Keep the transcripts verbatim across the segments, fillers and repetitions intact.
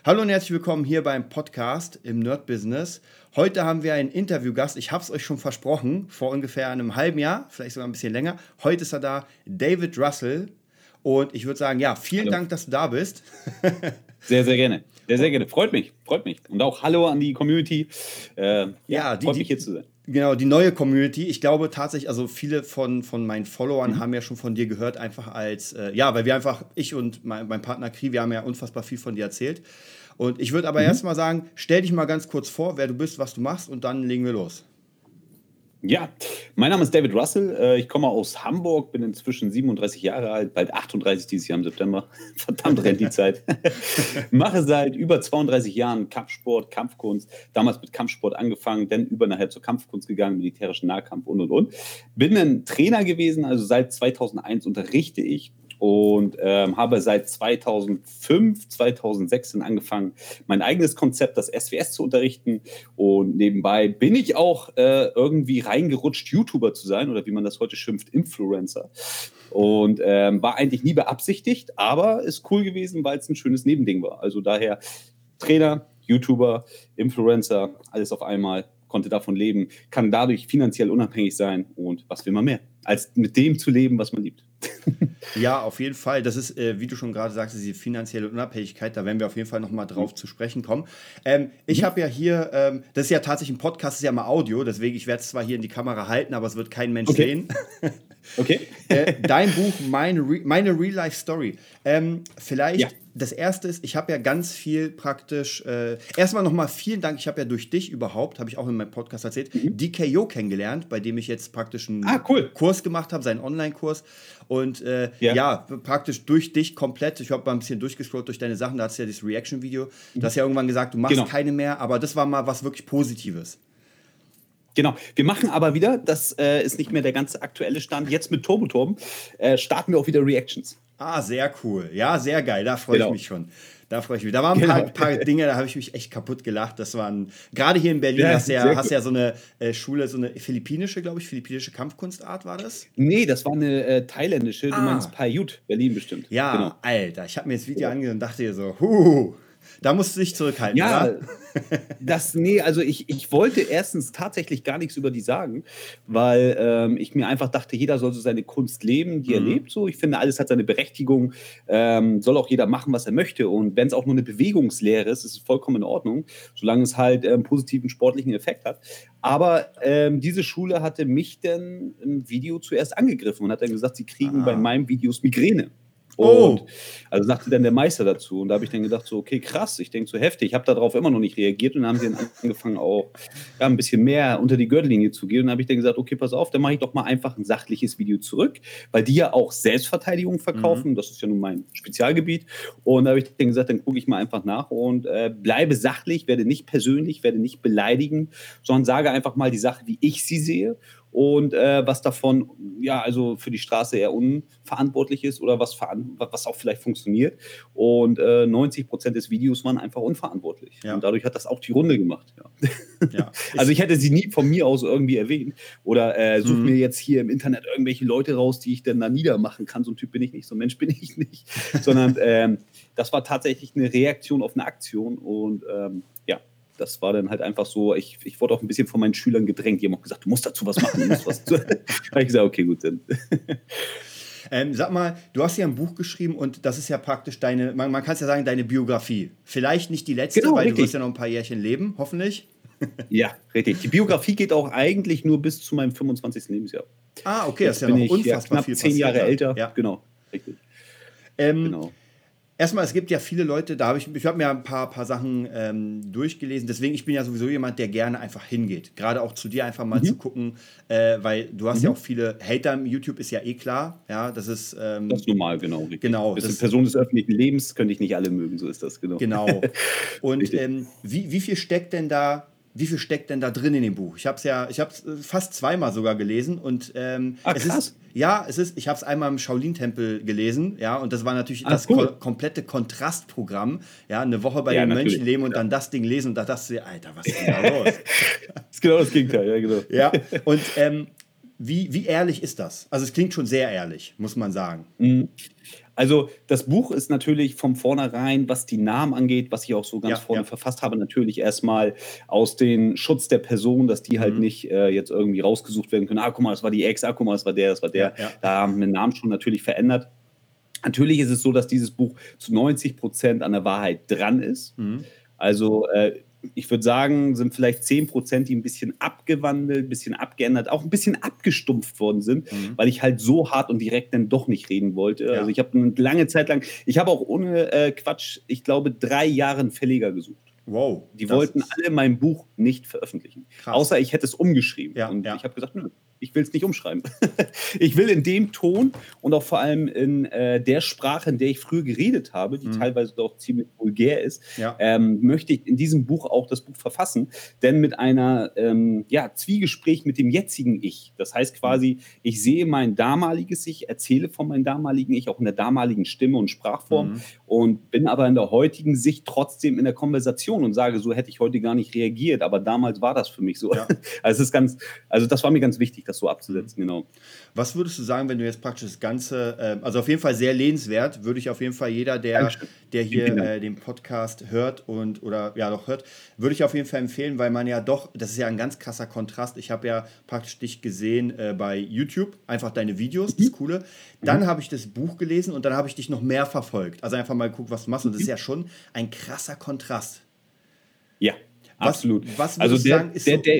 Hallo und herzlich willkommen hier beim Podcast im Nerd Business. Heute haben wir einen Interviewgast. Ich habe es euch schon versprochen, vor ungefähr einem halben Jahr, vielleicht sogar ein bisschen länger. Heute ist er da, David Russell. Und ich würde sagen, ja, vielen Hallo. Dank, dass du da bist. Sehr, sehr gerne. Sehr, sehr gerne. Freut mich. Freut mich. Und auch Hallo an die Community. Äh, ja, Ja, die, freut die, mich hier zu sein. Genau, die neue Community. Ich glaube tatsächlich, also viele von, von meinen Followern Mhm. haben ja schon von dir gehört, einfach als, äh, ja, weil wir einfach, ich und mein, mein Partner Kri, wir haben ja unfassbar viel von dir erzählt. Und ich würde aber Mhm. erst mal sagen, stell dich mal ganz kurz vor, wer du bist, was du machst und dann legen wir los. Ja, mein Name ist David Russell. Äh, Ich komme aus Hamburg, bin inzwischen siebenunddreißig Jahre alt, bald achtunddreißig dieses Jahr im September. Verdammt rennt die Zeit. Mache seit über zweiunddreißig Jahren Kampfsport, Kampfkunst. Damals mit Kampfsport angefangen, dann über nachher zur Kampfkunst gegangen, militärischen Nahkampf und und und. Bin ein Trainer gewesen, also seit zweitausendeins unterrichte ich. Und ähm, habe seit zweitausendfünf, zweitausendsechs dann angefangen, mein eigenes Konzept, das S W S, zu unterrichten. Und nebenbei bin ich auch äh, irgendwie reingerutscht, YouTuber zu sein oder wie man das heute schimpft, Influencer. Und ähm, war eigentlich nie beabsichtigt, aber ist cool gewesen, weil es ein schönes Nebending war. Also daher Trainer, YouTuber, Influencer, alles auf einmal, konnte davon leben, kann dadurch finanziell unabhängig sein und was will man mehr, als mit dem zu leben, was man liebt. Ja, auf jeden Fall. Das ist, äh, wie du schon gerade sagst, diese finanzielle Unabhängigkeit. Da werden wir auf jeden Fall noch mal drauf Mhm. zu sprechen kommen. Ähm, ich Mhm. habe ja hier, ähm, das ist ja tatsächlich ein Podcast, ist ja mal Audio, deswegen ich werde es zwar hier in die Kamera halten, aber es wird kein Mensch Okay. sehen. Okay. Äh, dein Buch, meine, Re meine Real-Life-Story. Ähm, vielleicht Ja. das erste ist, ich habe ja ganz viel praktisch. Äh, erstmal nochmal vielen Dank. Ich habe ja durch dich überhaupt, habe ich auch in meinem Podcast erzählt, Mhm. D K O kennengelernt, bei dem ich jetzt praktisch einen Ah, cool. Kurs gemacht habe, seinen Online-Kurs. Und äh, ja. Ja. praktisch durch dich komplett. Ich habe mal ein bisschen durchgescrollt durch deine Sachen. Da hast du ja das Reaction-Video. Du Mhm. hast ja irgendwann gesagt, du machst Genau. keine mehr, aber das war mal was wirklich Positives. Genau. Wir machen aber wieder, das äh, ist nicht mehr der ganze aktuelle Stand, jetzt mit Turboturm äh, starten wir auch wieder Reactions. Ah, sehr cool. Ja, sehr geil. Da freue ich Genau. mich schon. Da freue ich mich. Da waren ein paar, Genau. paar Dinge, da habe ich mich echt kaputt gelacht. Das waren, gerade hier in Berlin Ja, hast du ja, sehr hast cool. ja so eine äh, Schule, so eine philippinische, glaube ich, philippinische Kampfkunstart war das? Nee, das war eine äh, thailändische, du Ah. meinst Paiut, Berlin bestimmt. Ja, Genau. Alter, ich habe mir das Video Ja. angesehen und dachte dir so, huh, da musst du dich zurückhalten, Ja, oder? das, nee, also ich, ich wollte erstens tatsächlich gar nichts über die sagen, weil ähm, ich mir einfach dachte, jeder soll so seine Kunst leben, die er Mhm. lebt. So, ich finde, alles hat seine Berechtigung, ähm, soll auch jeder machen, was er möchte. Und wenn es auch nur eine Bewegungslehre ist, ist es vollkommen in Ordnung, solange es halt einen positiven sportlichen Effekt hat. Aber ähm, diese Schule hatte mich dann im Video zuerst angegriffen und hat dann gesagt, sie kriegen Ah. bei meinen Videos Migräne. Oh. Und also sagte dann der Meister dazu. Und da habe ich dann gedacht, so, okay, krass, ich denke so heftig. Ich habe darauf immer noch nicht reagiert. Und dann haben sie dann angefangen, auch ja, ein bisschen mehr unter die Gürtellinie zu gehen. Und dann habe ich dann gesagt, okay, pass auf, dann mache ich doch mal einfach ein sachliches Video zurück, weil die ja auch Selbstverteidigung verkaufen. Mhm. Das ist ja nun mein Spezialgebiet. Und da habe ich dann gesagt, dann gucke ich mal einfach nach und äh, bleibe sachlich, werde nicht persönlich, werde nicht beleidigen, sondern sage einfach mal die Sache, wie ich sie sehe. Und äh, was davon, ja, also für die Straße eher unverantwortlich ist oder was, was auch vielleicht funktioniert. Und äh, neunzig Prozent des Videos waren einfach unverantwortlich. Ja. Und dadurch hat das auch die Runde gemacht. Ja. Ja. Also ich hätte sie nie von mir aus irgendwie erwähnt. Oder äh, such Mhm. mir jetzt hier im Internet irgendwelche Leute raus, die ich dann da niedermachen kann. So ein Typ bin ich nicht, so ein Mensch bin ich nicht. Sondern ähm, das war tatsächlich eine Reaktion auf eine Aktion. Und ähm, ja, das war dann halt einfach so, ich, ich wurde auch ein bisschen von meinen Schülern gedrängt. Die haben auch gesagt, du musst dazu was machen. Du musst was zu. Da habe ich gesagt, okay, gut, dann. Ähm, sag mal, du hast ja ein Buch geschrieben und das ist ja praktisch deine, man, man kann es ja sagen, deine Biografie. Vielleicht nicht die letzte, Genau, weil richtig. du wirst ja noch ein paar Jährchen leben, hoffentlich. Ja, richtig. Die Biografie geht auch eigentlich nur bis zu meinem fünfundzwanzigsten Lebensjahr. Ah, okay, Jetzt das ist ja bin noch ich ja unfassbar knapp viel zehn passiert. Jahre da. älter. Ja. Genau, richtig. Ähm, Genau. Erstmal, es gibt ja viele Leute, da habe ich, ich habe mir ein paar, paar Sachen ähm, durchgelesen. Deswegen, ich bin ja sowieso jemand, der gerne einfach hingeht. Gerade auch zu dir einfach mal Mhm. zu gucken, äh, weil du hast ja Mhm. auch viele Hater im YouTube, ist ja eh klar. Ja, das ist ähm, Das ist normal, genau. Richtig. Genau, Bist das- eine Person des öffentlichen Lebens, könnte ich nicht alle mögen, so ist das, genau. genau. Und Richtig. ähm, wie, wie viel steckt denn da? Wie viel steckt denn da drin in dem Buch? Ich habe es ja, ich habe es fast zweimal sogar gelesen und ähm, Ah, es krass. ist, ja, es ist, ich habe es einmal im Shaolin-Tempel gelesen, ja, und das war natürlich Ah, das cool. ko komplette Kontrastprogramm, ja, eine Woche bei Ja, den natürlich. Mönchen leben und dann das Ding lesen und da dachte ich, Alter, was ist denn da los? Das ist genau das Gegenteil, ja, genau. Ja, und ähm, wie, wie ehrlich ist das? Also es klingt schon sehr ehrlich, muss man sagen. Mhm. Also, das Buch ist natürlich von vornherein, was die Namen angeht, was ich auch so ganz Ja, vorne ja. verfasst habe, natürlich erstmal aus den Schutz der Person, dass die halt Mhm. nicht äh, jetzt irgendwie rausgesucht werden können. Ah, guck mal, das war die Ex, ah, guck mal, das war der, das war Ja, der. ja. Da haben wir den Namen schon natürlich verändert. Natürlich ist es so, dass dieses Buch zu neunzig Prozent an der Wahrheit dran ist. Mhm. Also, äh, ich würde sagen, sind vielleicht zehn Prozent, die ein bisschen abgewandelt, ein bisschen abgeändert, auch ein bisschen abgestumpft worden sind, Mhm. weil ich halt so hart und direkt dann doch nicht reden wollte. Ja. Also ich habe eine lange Zeit lang, ich habe auch ohne äh, Quatsch, ich glaube, drei Jahre einen Verleger gesucht. Wow. Die das wollten ist alle mein Buch nicht veröffentlichen. krass. Außer ich hätte es umgeschrieben. Ja, und ja. ich habe gesagt, nö, ich will es nicht umschreiben. Ich will in dem Ton und auch vor allem in äh, der Sprache, in der ich früher geredet habe, die Mhm. teilweise auch ziemlich vulgär ist, Ja. ähm, möchte ich in diesem Buch auch das Buch verfassen. Denn mit einer ähm, ja, Zwiegespräch mit dem jetzigen Ich. Das heißt quasi, ich sehe mein damaliges Ich, erzähle von meinem damaligen Ich, auch in der damaligen Stimme und Sprachform Mhm. und bin aber in der heutigen Sicht trotzdem in der Konversation und sage, so hätte ich heute gar nicht reagiert, aber damals war das für mich so. Ja. Also, es ist ganz, also das war mir ganz wichtig, das so abzusetzen, genau. Was würdest du sagen, wenn du jetzt praktisch das Ganze, äh, also auf jeden Fall sehr lesenswert, würde ich auf jeden Fall jeder, der, Dankeschön. der Vielen, hier vielen Dank. äh, den Podcast hört und oder ja doch hört, würde ich auf jeden Fall empfehlen, weil man ja doch, das ist ja ein ganz krasser Kontrast. Ich habe ja praktisch dich gesehen äh, bei YouTube, einfach deine Videos, das Mhm. Coole. Dann Mhm. habe ich das Buch gelesen und dann habe ich dich noch mehr verfolgt. Also einfach mal gucken, was du machst. Und das ist Mhm. ja schon ein krasser Kontrast. Ja, Was, absolut. was Also würdest du der, sagen, ist der, so. der,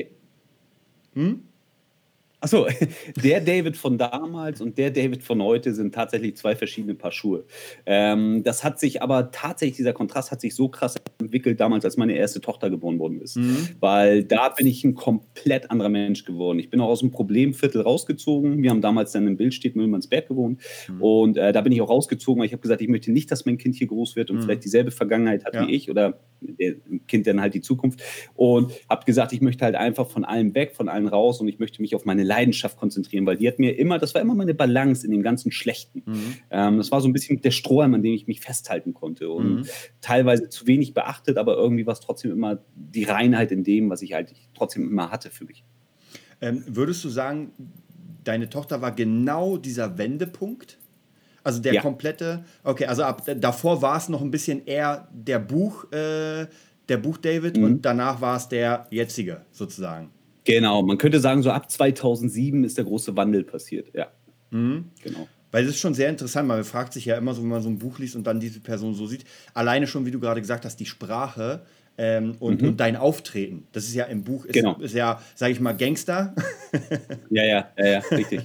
Hm? Achso, der David von damals und der David von heute sind tatsächlich zwei verschiedene Paar Schuhe. Ähm, das hat sich aber tatsächlich, dieser Kontrast hat sich so krass entwickelt damals, als meine erste Tochter geboren worden ist. Mhm. Weil da bin ich ein komplett anderer Mensch geworden. Ich bin auch aus dem Problemviertel rausgezogen. Wir haben damals dann in Billstedt, Müllmannsberg gewohnt. Mhm. Und äh, da bin ich auch rausgezogen, weil ich habe gesagt, ich möchte nicht, dass mein Kind hier groß wird und Mhm. vielleicht dieselbe Vergangenheit hat Ja. wie ich oder der Kind dann halt die Zukunft. Und habe gesagt, ich möchte halt einfach von allem weg, von allem raus und ich möchte mich auf meine Leidenschaft konzentrieren, weil die hat mir immer, das war immer meine Balance in dem ganzen Schlechten. Mhm. Ähm, das war so ein bisschen der Strohhalm, an dem ich mich festhalten konnte und Mhm. teilweise zu wenig beachtet, aber irgendwie war es trotzdem immer die Reinheit in dem, was ich halt trotzdem immer hatte für mich. Ähm, würdest du sagen, deine Tochter war genau dieser Wendepunkt? Also der Ja. komplette, okay, also ab davor war es noch ein bisschen eher der Buch, äh, der Buch David Mhm. und danach war es der jetzige sozusagen. Genau, man könnte sagen, so ab zweitausendsieben ist der große Wandel passiert. Ja, Mhm. genau. Weil es ist schon sehr interessant, man fragt sich ja immer so, wenn man so ein Buch liest und dann diese Person so sieht, alleine schon, wie du gerade gesagt hast, die Sprache ähm, und, Mhm. und dein Auftreten. Das ist ja im Buch, ist, Genau. ist ja, sage ich mal, Gangster. Ja, ja, ja, ja, richtig.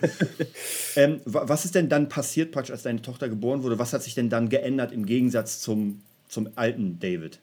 ähm, wa- was ist denn dann passiert, praktisch, als deine Tochter geboren wurde? Was hat sich denn dann geändert im Gegensatz zum, zum alten David?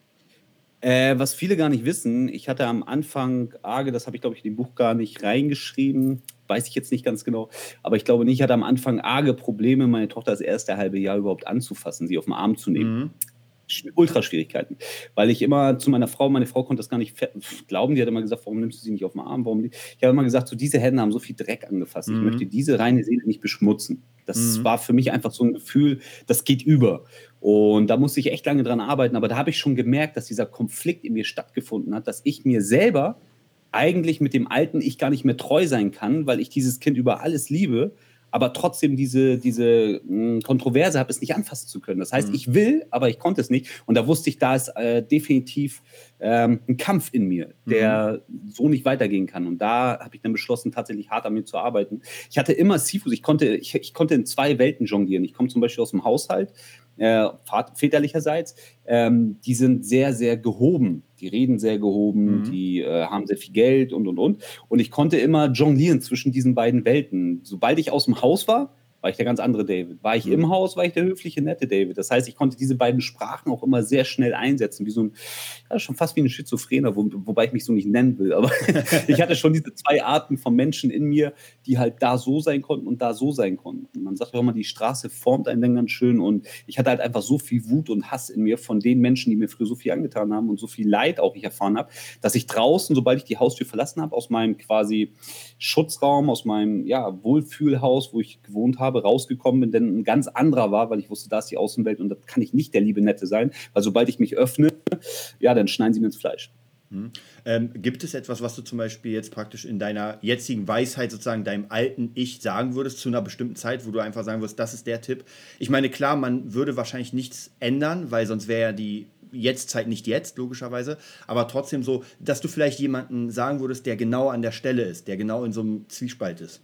Äh, was viele gar nicht wissen, ich hatte am Anfang arge, das habe ich, glaube ich, in dem Buch gar nicht reingeschrieben, weiß ich jetzt nicht ganz genau, aber ich glaube nicht, ich hatte am Anfang arge Probleme, meine Tochter das erste halbe Jahr überhaupt anzufassen, sie auf den Arm zu nehmen. Mhm. Sch- Ultraschwierigkeiten, weil ich immer zu meiner Frau, meine Frau konnte das gar nicht fe- glauben, die hat immer gesagt, warum nimmst du sie nicht auf den Arm, warum nicht? Ich habe immer gesagt, so diese Hände haben so viel Dreck angefasst, ich Mhm. möchte diese reine Seele nicht beschmutzen. Das Mhm. war für mich einfach so ein Gefühl, das geht über. Und da musste ich echt lange dran arbeiten, aber da habe ich schon gemerkt, dass dieser Konflikt in mir stattgefunden hat, dass ich mir selber eigentlich mit dem alten Ich gar nicht mehr treu sein kann, weil ich dieses Kind über alles liebe, aber trotzdem diese, diese mh, Kontroverse habe, es nicht anfassen zu können. Das heißt, Mhm. ich will, aber ich konnte es nicht. Und da wusste ich, da ist äh, definitiv ähm, ein Kampf in mir, der so nicht weitergehen kann. Und da habe ich dann beschlossen, tatsächlich hart an mir zu arbeiten. Ich hatte immer Sifus, ich konnte, ich, ich konnte in zwei Welten jonglieren. Ich komme zum Beispiel aus dem Haushalt, äh, vat- väterlicherseits, ähm, die sind sehr, sehr gehoben. Die reden sehr gehoben, Mhm. die äh, haben sehr viel Geld und, und, und. Und ich konnte immer jonglieren zwischen diesen beiden Welten. Sobald ich aus dem Haus war, war ich der ganz andere David. War ich Mhm. im Haus, war ich der höfliche, nette David. Das heißt, ich konnte diese beiden Sprachen auch immer sehr schnell einsetzen, wie so ein, ja, schon fast wie ein Schizophrener, wo, wobei ich mich so nicht nennen will. Aber ich hatte schon diese zwei Arten von Menschen in mir, die halt da so sein konnten und da so sein konnten. Und man sagt ja auch immer, die Straße formt einen dann ganz schön. Und ich hatte halt einfach so viel Wut und Hass in mir von den Menschen, die mir früher so viel angetan haben und so viel Leid auch ich erfahren habe, dass ich draußen, sobald ich die Haustür verlassen habe, aus meinem quasi Schutzraum, aus meinem ja, Wohlfühlhaus, wo ich gewohnt habe, rausgekommen bin, denn ein ganz anderer war, weil ich wusste, da ist die Außenwelt und da kann ich nicht der liebe Nette sein, weil sobald ich mich öffne, ja, dann schneiden sie mir ins Fleisch. Mhm. Ähm, gibt es etwas, was du zum Beispiel jetzt praktisch in deiner jetzigen Weisheit sozusagen deinem alten Ich sagen würdest zu einer bestimmten Zeit, wo du einfach sagen würdest, das ist der Tipp? Ich meine, klar, man würde wahrscheinlich nichts ändern, weil sonst wäre ja die Jetztzeit nicht jetzt, logischerweise. Aber trotzdem so, dass du vielleicht jemanden sagen würdest, der genau an der Stelle ist, der genau in so einem Zwiespalt ist.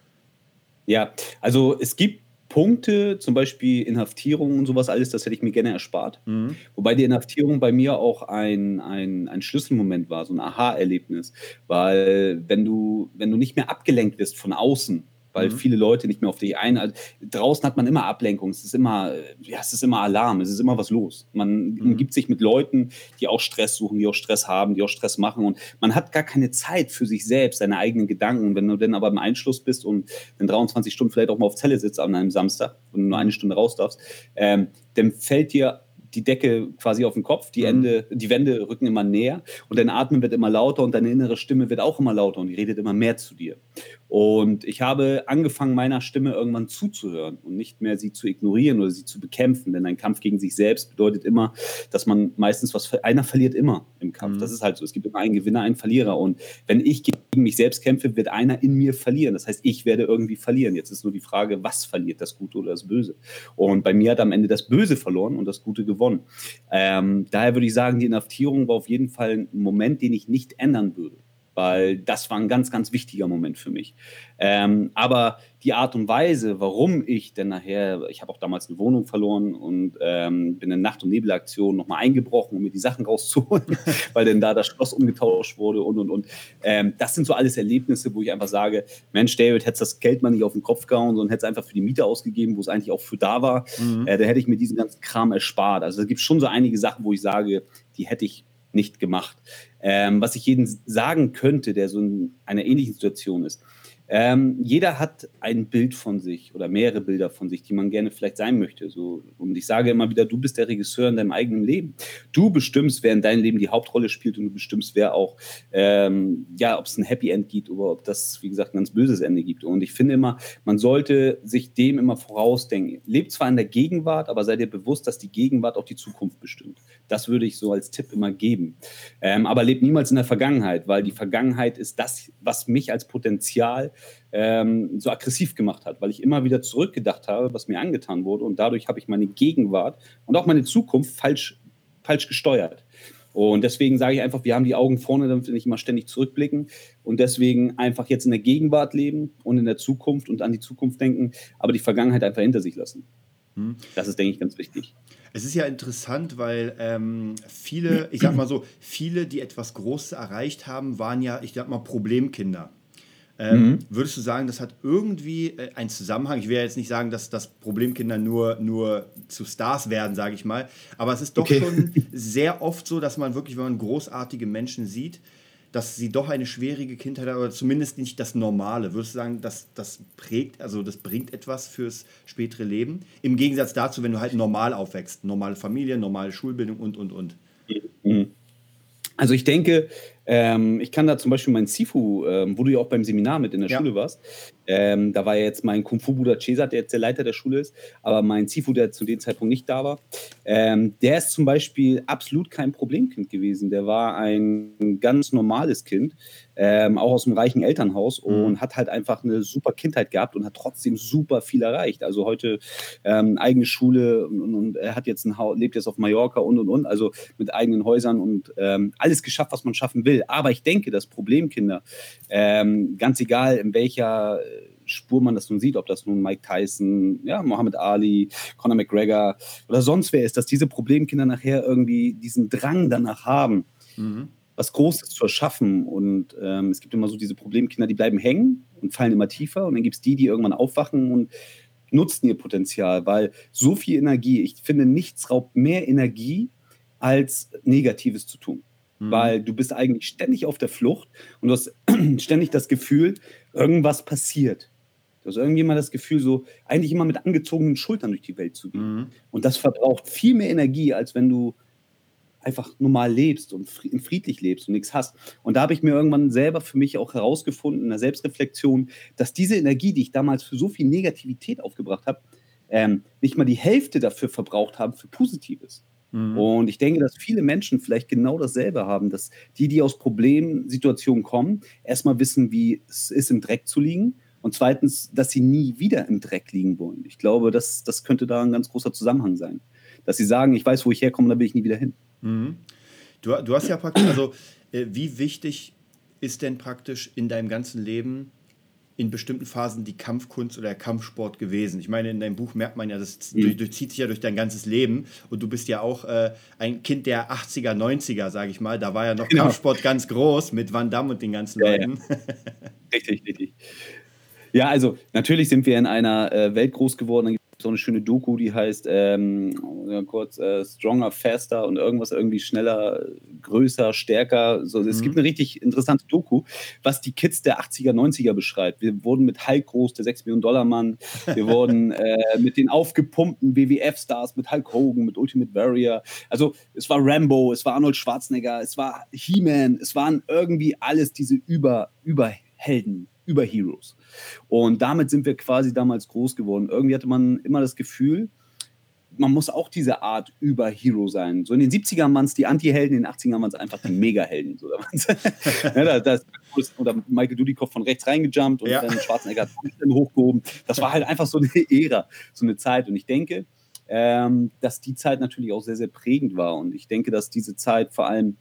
Ja, also es gibt Punkte, zum Beispiel Inhaftierung und sowas alles, das hätte ich mir gerne erspart. Mhm. Wobei die Inhaftierung bei mir auch ein, ein, ein Schlüsselmoment war, so ein Aha-Erlebnis. Weil wenn du, wenn du nicht mehr abgelenkt wirst von außen, weil Mhm. viele Leute nicht mehr auf dich ein. Also draußen hat man immer Ablenkung, es ist immer, äh, ja, es ist immer Alarm, es ist immer was los. Man Mhm. umgibt sich mit Leuten, die auch Stress suchen, die auch Stress haben, die auch Stress machen und man hat gar keine Zeit für sich selbst, seine eigenen Gedanken. Und wenn du dann aber im Einschluss bist und dann dreiundzwanzig Stunden vielleicht auch mal auf Zelle sitzt an einem Samstag und nur eine Mhm. Stunde raus darfst, ähm, dann fällt dir die Decke quasi auf den Kopf, die, Mhm. Ende, die Wände rücken immer näher und dein Atmen wird immer lauter und deine innere Stimme wird auch immer lauter und die redet immer mehr zu dir. Und ich habe angefangen, meiner Stimme irgendwann zuzuhören und nicht mehr sie zu ignorieren oder sie zu bekämpfen, denn ein Kampf gegen sich selbst bedeutet immer, dass man meistens was, einer verliert immer im Kampf. Das Mhm. ist halt so. Es gibt immer einen Gewinner, einen Verlierer und wenn ich gegen mich selbst kämpfe, wird einer in mir verlieren. Das heißt, ich werde irgendwie verlieren. Jetzt ist nur die Frage, was verliert, das Gute oder das Böse? Und bei mir hat am Ende das Böse verloren und das Gute gewonnen. Ähm, daher würde ich sagen, die Inhaftierung war auf jeden Fall ein Moment, den ich nicht ändern würde, weil das war ein ganz, ganz wichtiger Moment für mich. Ähm, aber die Art und Weise, warum ich denn nachher, ich habe auch damals eine Wohnung verloren und ähm, bin in Nacht- und Nebelaktion nochmal eingebrochen, um mir die Sachen rauszuholen, weil dann da das Schloss umgetauscht wurde und, und, und. Ähm, das sind so alles Erlebnisse, wo ich einfach sage, Mensch, David, hättest das Geld mal nicht auf den Kopf gehauen, sondern hättest einfach für die Miete ausgegeben, wo es eigentlich auch für da war, Mhm. äh, da hätte ich mir diesen ganzen Kram erspart. Also es gibt schon so einige Sachen, wo ich sage, die hätte ich nicht gemacht. Ähm, was ich jedem sagen könnte, der so in einer ähnlichen Situation ist. Ähm, jeder hat ein Bild von sich oder mehrere Bilder von sich, die man gerne vielleicht sein möchte. So, und ich sage immer wieder, du bist der Regisseur in deinem eigenen Leben. Du bestimmst, wer in deinem Leben die Hauptrolle spielt und du bestimmst, wer auch, ähm, ja, ob es ein Happy End gibt oder ob das, wie gesagt, ein ganz böses Ende gibt. Und ich finde immer, man sollte sich dem immer vorausdenken. Lebt zwar in der Gegenwart, aber sei dir bewusst, dass die Gegenwart auch die Zukunft bestimmt. Das würde ich so als Tipp immer geben. Ähm, aber lebt niemals in der Vergangenheit, weil die Vergangenheit ist das, was mich als Potenzial ähm, so aggressiv gemacht hat, weil ich immer wieder zurückgedacht habe, was mir angetan wurde und dadurch habe ich meine Gegenwart und auch meine Zukunft falsch, falsch gesteuert. Und deswegen sage ich einfach, wir haben die Augen vorne, damit wir nicht immer ständig zurückblicken und deswegen einfach jetzt in der Gegenwart leben und in der Zukunft und an die Zukunft denken, aber die Vergangenheit einfach hinter sich lassen. Mhm. Das ist, denke ich, ganz wichtig. Es ist ja interessant, weil ähm, viele, ich sag mal so, viele, die etwas Großes erreicht haben, waren ja, ich sag mal, Problemkinder. Ähm, Mhm. würdest du sagen, das hat irgendwie äh, einen Zusammenhang? Ich will ja jetzt nicht sagen, dass, dass Problemkinder nur, nur zu Stars werden, sage ich mal, aber es ist doch Okay. schon sehr oft so, dass man wirklich, wenn man großartige Menschen sieht, dass sie doch eine schwierige Kindheit haben, oder zumindest nicht das Normale. Würdest du sagen, dass das prägt, also das bringt etwas fürs spätere Leben? Im Gegensatz dazu, wenn du halt normal aufwächst, normale Familie, normale Schulbildung und, und, und. Mhm. Also ich denke, ähm, ich kann da zum Beispiel meinen Sifu, ähm, wo du ja auch beim Seminar mit in der Ja. Schule warst, ähm, da war ja jetzt mein Kung-Fu-Bruder Cesar, der jetzt der Leiter der Schule ist, aber mein Sifu, der zu dem Zeitpunkt nicht da war, ähm, der ist zum Beispiel absolut kein Problemkind gewesen. Der war ein ganz normales Kind, ähm, auch aus einem reichen Elternhaus Mhm. und hat halt einfach eine super Kindheit gehabt und hat trotzdem super viel erreicht. Also heute ähm, eigene Schule und, und er hat jetzt ein Haus, lebt jetzt auf Mallorca und und und, also mit eigenen Häusern und ähm, alles geschafft, was man schaffen will. Aber ich denke, dass Problemkinder, ähm, ganz egal in welcher äh, Spur man das nun sieht, ob das nun Mike Tyson, ja, Muhammad Ali, Conor McGregor oder sonst wer ist, dass diese Problemkinder nachher irgendwie diesen Drang danach haben, Mhm. was Großes zu erschaffen. Und ähm, es gibt immer so diese Problemkinder, die bleiben hängen und fallen immer tiefer. Und dann gibt es die, die irgendwann aufwachen und nutzen ihr Potenzial, weil so viel Energie, ich finde, nichts raubt mehr Energie, als Negatives zu tun. Mhm. Weil du bist eigentlich ständig auf der Flucht und du hast ständig das Gefühl, irgendwas passiert. Du hast irgendwie immer das Gefühl, so eigentlich immer mit angezogenen Schultern durch die Welt zu gehen. Mhm. Und das verbraucht viel mehr Energie, als wenn du einfach normal lebst und friedlich lebst und nichts hast. Und da habe ich mir irgendwann selber für mich auch herausgefunden, in der Selbstreflexion, dass diese Energie, die ich damals für so viel Negativität aufgebracht habe, ähm, nicht mal die Hälfte dafür verbraucht habe für Positives. Mhm. Und ich denke, dass viele Menschen vielleicht genau dasselbe haben, dass die, die aus Problemsituationen kommen, erstmal wissen, wie es ist, im Dreck zu liegen und zweitens, dass sie nie wieder im Dreck liegen wollen. Ich glaube, das das könnte da ein ganz großer Zusammenhang sein, dass sie sagen: „Ich weiß, wo ich herkomme, da will ich nie wieder hin.“ Mhm. Du, du hast ja praktisch, also äh, wie wichtig ist denn praktisch in deinem ganzen Leben in bestimmten Phasen die Kampfkunst oder der Kampfsport gewesen? Ich meine, in deinem Buch merkt man ja, das durch, Mhm. durchzieht sich ja durch dein ganzes Leben und du bist ja auch äh, ein Kind der achtziger, neunziger, sage ich mal. Da war ja noch Genau. Kampfsport ganz groß mit Van Damme und den ganzen Ja, ja, Leuten. richtig, richtig. Ja, also natürlich sind wir in einer äh, Welt groß geworden. Da gibt es so eine schöne Doku, die heißt ähm, ja, kurz äh, Stronger, Faster und irgendwas irgendwie schneller, größer, stärker. So, es gibt Mhm. eine richtig interessante Doku, was die Kids der achtziger, neunziger beschreibt. Wir wurden mit Hulk groß, der sechs Millionen Dollar Mann. Wir wurden äh, mit den aufgepumpten W W F-Stars, mit Hulk Hogan, mit Ultimate Warrior. Also es war Rambo, es war Arnold Schwarzenegger, es war He-Man, es waren irgendwie alles diese Über, Überhelden, Überheroes. Und damit sind wir quasi damals groß geworden. Irgendwie hatte man immer das Gefühl, man muss auch diese Art Überhero sein. So in den siebzigern waren es die Anti-Helden, in den achtzigern waren es einfach die Mega-Helden. So, da waren's ja, da, da ist, oder Michael Dudikoff von rechts reingejumpt und Ja. dann Schwarzenegger hat die Stimmen hochgehoben. Das war halt einfach so eine Ära, so eine Zeit. Und ich denke, ähm, dass die Zeit natürlich auch sehr, sehr prägend war. Und ich denke, dass diese Zeit vor allem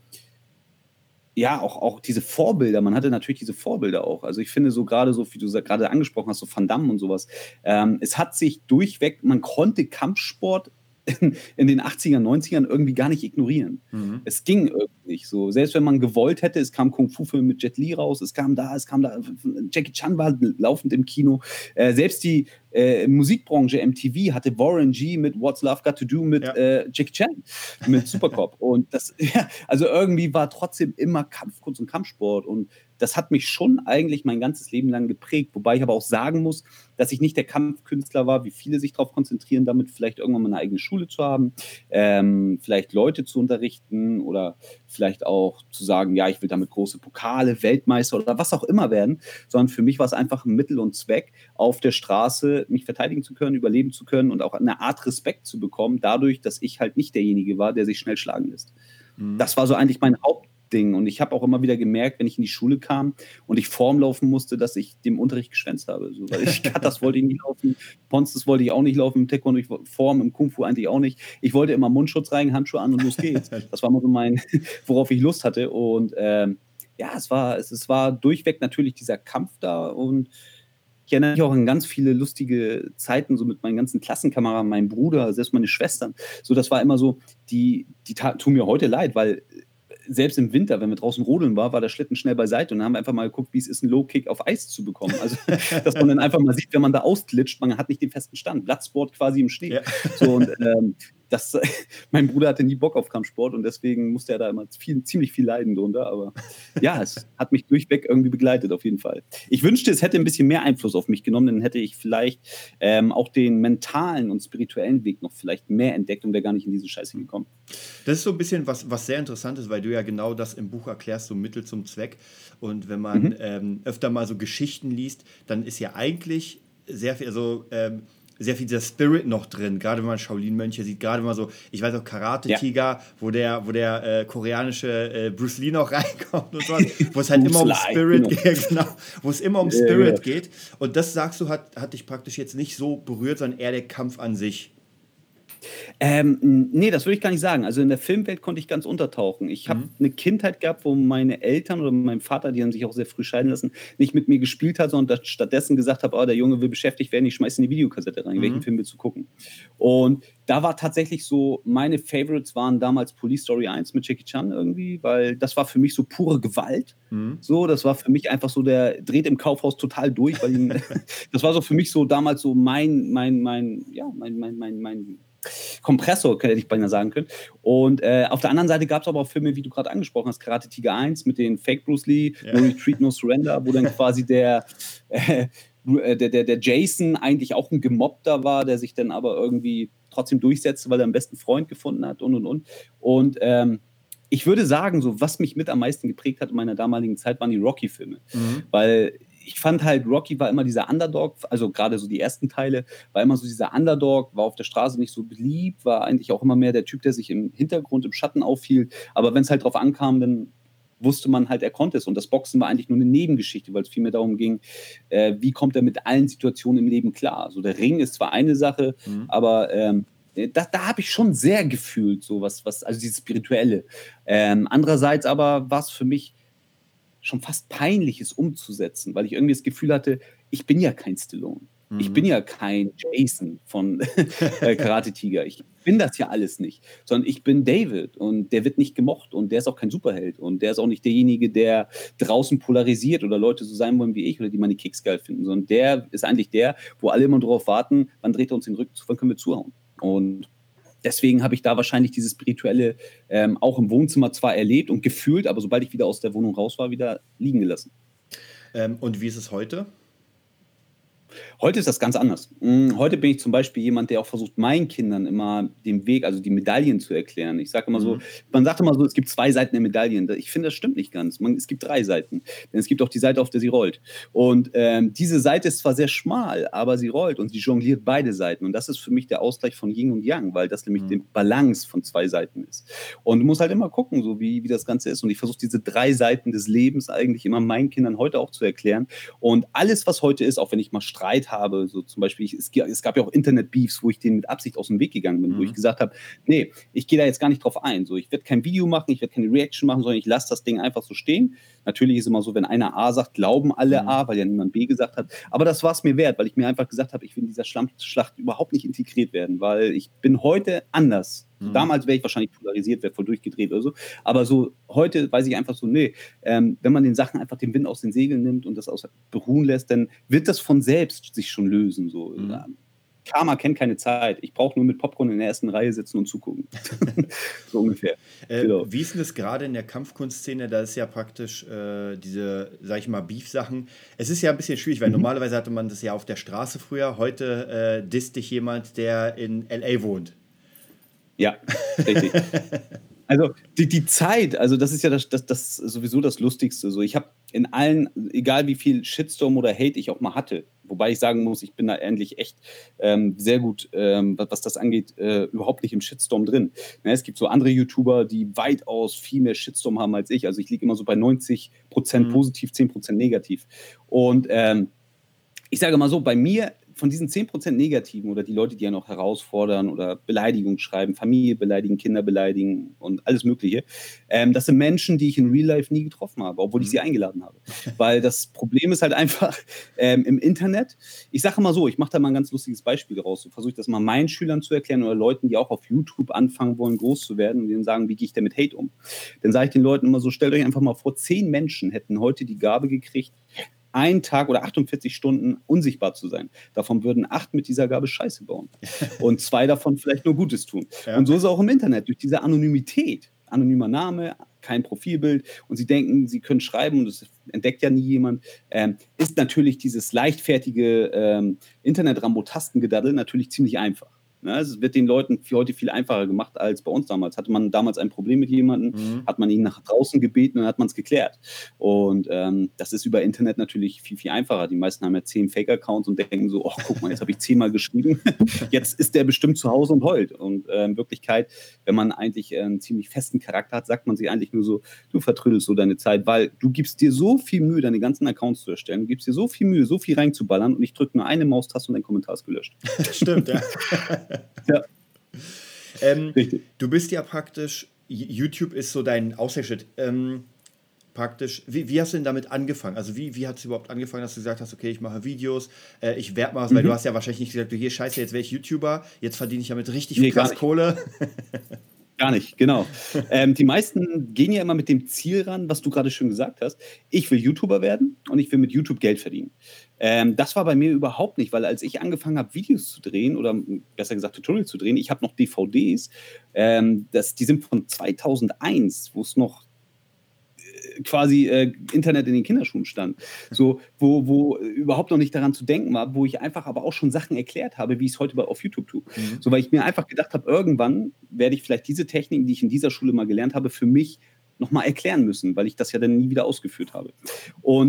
ja, auch auch diese Vorbilder, man hatte natürlich diese Vorbilder auch. Also, ich finde so gerade so, wie du sa grade angesprochen hast, so Van Damme und sowas. Ähm, es hat sich durchweg man konnte Kampfsport in in den achtzigern, neunzigern irgendwie gar nicht ignorieren. Mhm. Es ging irgendwie nicht so. Selbst wenn man gewollt hätte, es kam Kung-Fu-Film mit Jet Li raus, es kam da, es kam da, Jackie Chan war laufend im Kino. Äh, selbst die äh, Musikbranche M T V hatte Warren G mit What's Love Got to Do mit Ja. äh, Jackie Chan, mit Supercop. Und das, ja, also irgendwie war trotzdem immer Kampfkunst und Kampfsport. Und das hat mich schon eigentlich mein ganzes Leben lang geprägt. Wobei ich aber auch sagen muss, dass ich nicht der Kampfkünstler war, wie viele sich darauf konzentrieren, damit vielleicht irgendwann mal eine eigene Schule zu haben, ähm, vielleicht Leute zu unterrichten oder vielleicht auch zu sagen, ja, ich will damit große Pokale, Weltmeister oder was auch immer werden, sondern für mich war es einfach ein Mittel und Zweck, auf der Straße mich verteidigen zu können, überleben zu können und auch eine Art Respekt zu bekommen, dadurch, dass ich halt nicht derjenige war, der sich schnell schlagen lässt. Mhm. Das war so eigentlich mein Hauptding. Und ich habe auch immer wieder gemerkt, wenn ich in die Schule kam und ich Form laufen musste, dass ich dem Unterricht geschwänzt habe. So, weil ich Katas wollte ich nicht laufen, Ponstes wollte ich auch nicht laufen, im Taekwondo ich, Form, im Kung Fu eigentlich auch nicht. Ich wollte immer Mundschutz rein, Handschuhe an und los geht's. Das war immer so mein, worauf ich Lust hatte. Und ähm, ja, es war, es, es war durchweg natürlich dieser Kampf da und ich erinnere mich auch an ganz viele lustige Zeiten, so mit meinen ganzen Klassenkameraden, meinem Bruder, selbst meine Schwestern. So, das war immer so, die, die ta- tun mir heute leid, weil selbst im Winter, wenn wir draußen rodeln war, war der Schlitten schnell beiseite und dann haben wir einfach mal geguckt, wie es ist, einen Low-Kick auf Eis zu bekommen. Also, dass man dann einfach mal sieht, wenn man da ausglitscht, man hat nicht den festen Stand. Blattsport quasi im Schnee. Ja. So, und ähm, das, mein Bruder hatte nie Bock auf Kampfsport und deswegen musste er da immer viel, ziemlich viel leiden drunter. Aber ja, es hat mich durchweg irgendwie begleitet, auf jeden Fall. Ich wünschte, es hätte ein bisschen mehr Einfluss auf mich genommen, dann hätte ich vielleicht ähm, auch den mentalen und spirituellen Weg noch vielleicht mehr entdeckt und wäre gar nicht in diese Scheiße gekommen. Das ist so ein bisschen was, was sehr interessant ist, weil du ja genau das im Buch erklärst, so Mittel zum Zweck. Und wenn man Mhm. ähm, öfter mal so Geschichten liest, dann ist ja eigentlich sehr viel, also ähm, sehr viel dieser Spirit noch drin, gerade wenn man Shaolin-Mönche sieht, gerade wenn man so, ich weiß auch, Ja. Karate-Tiger, wo der, wo der äh, koreanische äh, Bruce Lee noch reinkommt und sowas, wo es halt immer Bruce um Lee, Spirit genau. geht, genau, wo es immer um Ja, genau. Spirit geht. Und das sagst du, hat, hat dich praktisch jetzt nicht so berührt, sondern eher der Kampf an sich. Ähm, n ne, das würde ich gar nicht sagen. Also, in der Filmwelt konnte ich ganz untertauchen. Ich habe Mhm. eine Kindheit gehabt, wo meine Eltern oder mein Vater, die haben sich auch sehr früh scheiden lassen, nicht mit mir gespielt hat, sondern dat stattdessen gesagt hat: „Oh, der Junge will beschäftigt werden, ich schmeiße in die Videokassette rein. Welchen Mhm. Film willst du gucken?“ Und da war tatsächlich so meine Favorites waren damals Police Story eins mit Jackie Chan irgendwie, weil das war für mich so pure Gewalt. Mhm. So, das war für mich einfach so, der dreht im Kaufhaus total durch, weil ihn das war so für mich so damals so mein mein mein ja, mein mein mein mein Kompressor, hätte ich beinahe sagen können. Und äh, auf der anderen Seite gab es aber auch Filme, wie du gerade angesprochen hast, Karate Tiger eins mit den Fake Bruce Lee, Ja. No Retreat, No Surrender, wo dann quasi der, äh, der, der, der Jason eigentlich auch ein Gemobbter war, der sich dann aber irgendwie trotzdem durchsetzte, weil er einen besten Freund gefunden hat und und und. Und ähm, ich würde sagen, so was mich mit am meisten geprägt hat in meiner damaligen Zeit, waren die Rocky-Filme. Mhm. Weil ich fand halt, Rocky war immer dieser Underdog, also gerade so die ersten Teile, war immer so dieser Underdog, war auf der Straße nicht so beliebt, war eigentlich auch immer mehr der Typ, der sich im Hintergrund, im Schatten aufhielt. Aber wenn es halt drauf ankam, dann wusste man halt, er konnte es. Und das Boxen war eigentlich nur eine Nebengeschichte, weil es vielmehr darum ging, äh, wie kommt er mit allen Situationen im Leben klar. Also der Ring ist zwar eine Sache, Mhm. aber ähm, da, da habe ich schon sehr gefühlt, so was, was, also dieses Spirituelle. Ähm, andererseits aber war es für mich schon fast peinlich, es umzusetzen, weil ich irgendwie das Gefühl hatte, ich bin ja kein Stallone. Ich bin Mhm. ja kein Jason von äh, Karate Tiger. Ich bin das ja alles nicht, sondern ich bin David und der wird nicht gemocht und der ist auch kein Superheld und der ist auch nicht derjenige, der draußen polarisiert oder Leute so sein wollen wie ich oder die meine Kicks geil finden, sondern der ist eigentlich der, wo alle immer drauf warten, wann dreht er uns den Rücken zu, wann können wir zuhauen. Und deswegen habe ich da wahrscheinlich dieses Spirituelle ähm, auch im Wohnzimmer zwar erlebt und gefühlt, aber sobald ich wieder aus der Wohnung raus war, wieder liegen gelassen. Ähm, und wie ist es heute? Heute ist das ganz anders. Mm, Heute bin ich zum Beispiel jemand, der auch versucht, meinen Kindern immer den Weg, also die Medaillen zu erklären. Ich sage immer so, Mhm. man sagt immer so, es gibt zwei Seiten der Medaillen. Ich finde, das stimmt nicht ganz. Man, es gibt drei Seiten. Denn es gibt auch die Seite, auf der sie rollt. Und ähm, diese Seite ist zwar sehr schmal, aber sie rollt und sie jongliert beide Seiten. Und das ist für mich der Ausgleich von Yin und Yang, weil das nämlich Mhm. die Balance von zwei Seiten ist. Und du musst halt immer gucken, so wie, wie das Ganze ist. Und ich versuche diese drei Seiten des Lebens eigentlich immer meinen Kindern heute auch zu erklären. Und alles, was heute ist, auch wenn ich mal Streit habe, so zum Beispiel, ich, es, es gab ja auch Internet-Beefs, wo ich denen mit Absicht aus dem Weg gegangen bin, mhm. wo ich gesagt habe, nee, ich gehe da jetzt gar nicht drauf ein. So, ich werde kein Video machen, ich werde keine Reaction machen, sondern ich lasse das Ding einfach so stehen. Natürlich ist immer so, wenn einer A sagt, glauben alle mhm. A, weil ja niemand B gesagt hat. Aber das war es mir wert, weil ich mir einfach gesagt habe, ich will in dieser Schlacht überhaupt nicht integriert werden, weil ich bin heute anders. So, damals wäre ich wahrscheinlich polarisiert, wäre voll durchgedreht oder so. Aber so heute weiß ich einfach so, nee, ähm, wenn man den Sachen einfach den Wind aus den Segeln nimmt und das aus beruhen lässt, dann wird das von selbst sich schon lösen. So. Mhm. Ähm, Karma kennt keine Zeit. Ich brauche nur mit Popcorn in der ersten Reihe sitzen und zugucken. So ungefähr. Äh, Genau. Wie ist denn das gerade in der Kampfkunstszene? Da ist ja praktisch äh, diese, sag ich mal, Beef-Sachen. Es ist ja ein bisschen schwierig, weil mhm. normalerweise hatte man das ja auf der Straße früher. Heute äh, disst dich jemand, der in L A wohnt. Ja, richtig. Also die, die Zeit, also das ist ja das, das, das sowieso das Lustigste. So, ich habe in allen, egal wie viel Shitstorm oder Hate ich auch mal hatte, wobei ich sagen muss, ich bin da endlich echt ähm, sehr gut, ähm, was, was das angeht, äh, überhaupt nicht im Shitstorm drin. Ja, es gibt so andere YouTuber, die weitaus viel mehr Shitstorm haben als ich. Also ich liege immer so bei neunzig Prozent mhm. positiv, zehn Prozent negativ. Und ähm, ich sage mal so, bei mir von diesen zehn Prozent Negativen oder die Leute, die ja noch herausfordern oder Beleidigung schreiben, Familie beleidigen, Kinder beleidigen und alles Mögliche, ähm, das sind Menschen, die ich in Real Life nie getroffen habe, obwohl ich sie eingeladen habe. Weil das Problem ist halt einfach ähm, im Internet, ich sage mal so, ich mache da mal ein ganz lustiges Beispiel raus, so versuche ich das mal meinen Schülern zu erklären oder Leuten, die auch auf YouTube anfangen wollen, groß zu werden und denen sagen, wie gehe ich denn mit Hate um? Dann sage ich den Leuten immer so, stellt euch einfach mal vor, zehn Menschen hätten heute die Gabe gekriegt, einen Tag oder achtundvierzig Stunden unsichtbar zu sein. Davon würden acht mit dieser Gabe Scheiße bauen. Und zwei davon vielleicht nur Gutes tun. Ja. Und so ist es auch im Internet. Durch diese Anonymität, anonymer Name, kein Profilbild und sie denken, sie können schreiben und das entdeckt ja nie jemand, ähm, ist natürlich dieses leichtfertige ähm, Internet-Rambo-Tastengedaddel natürlich ziemlich einfach. Ja, es wird den Leuten für heute viel einfacher gemacht als bei uns damals. Hatte man damals ein Problem mit jemandem, mhm. hat man ihn nach draußen gebeten und dann hat man es geklärt. Und ähm, das ist über Internet natürlich viel, viel einfacher. Die meisten haben ja zehn Fake-Accounts und denken so, oh, guck mal, jetzt habe ich zehnmal geschrieben, jetzt ist der bestimmt zu Hause und heult. Und äh, in Wirklichkeit, wenn man eigentlich äh, einen ziemlich festen Charakter hat, sagt man sich eigentlich nur so, du vertrödelst so deine Zeit, weil du gibst dir so viel Mühe, deine ganzen Accounts zu erstellen, du gibst dir so viel Mühe, so viel reinzuballern und ich drücke nur eine Maustaste und dein Kommentar ist gelöscht. Stimmt, ja. Ja. Ähm, du bist ja praktisch, YouTube ist so dein Aushängeschild. Ähm, praktisch, wie, wie hast du denn damit angefangen? Also wie, wie hat es überhaupt angefangen, dass du gesagt hast, okay, ich mache Videos, äh, ich werde mal was, mhm. weil du hast ja wahrscheinlich nicht gesagt, du hier, scheiße, jetzt wäre ich YouTuber, jetzt verdiene ich damit richtig nee, krass Kohle. Gar nicht, genau. ähm, die meisten gehen ja immer mit dem Ziel ran, was du gerade schon gesagt hast. Ich will YouTuber werden und ich will mit YouTube Geld verdienen. Ähm, das war bei mir überhaupt nicht, weil als ich angefangen habe, Videos zu drehen oder besser gesagt Tutorials zu drehen, ich habe noch D V Ds, ähm, das, die sind von zweitausendeins, wo es noch quasi äh, Internet in den Kinderschuhen stand, so, wo, wo überhaupt noch nicht daran zu denken war, wo ich einfach aber auch schon Sachen erklärt habe, wie ich es heute bei, auf YouTube tue. Mhm. So, weil ich mir einfach gedacht habe, irgendwann werde ich vielleicht diese Techniken, die ich in dieser Schule mal gelernt habe, für mich nochmal erklären müssen, weil ich das ja dann nie wieder ausgeführt habe. Und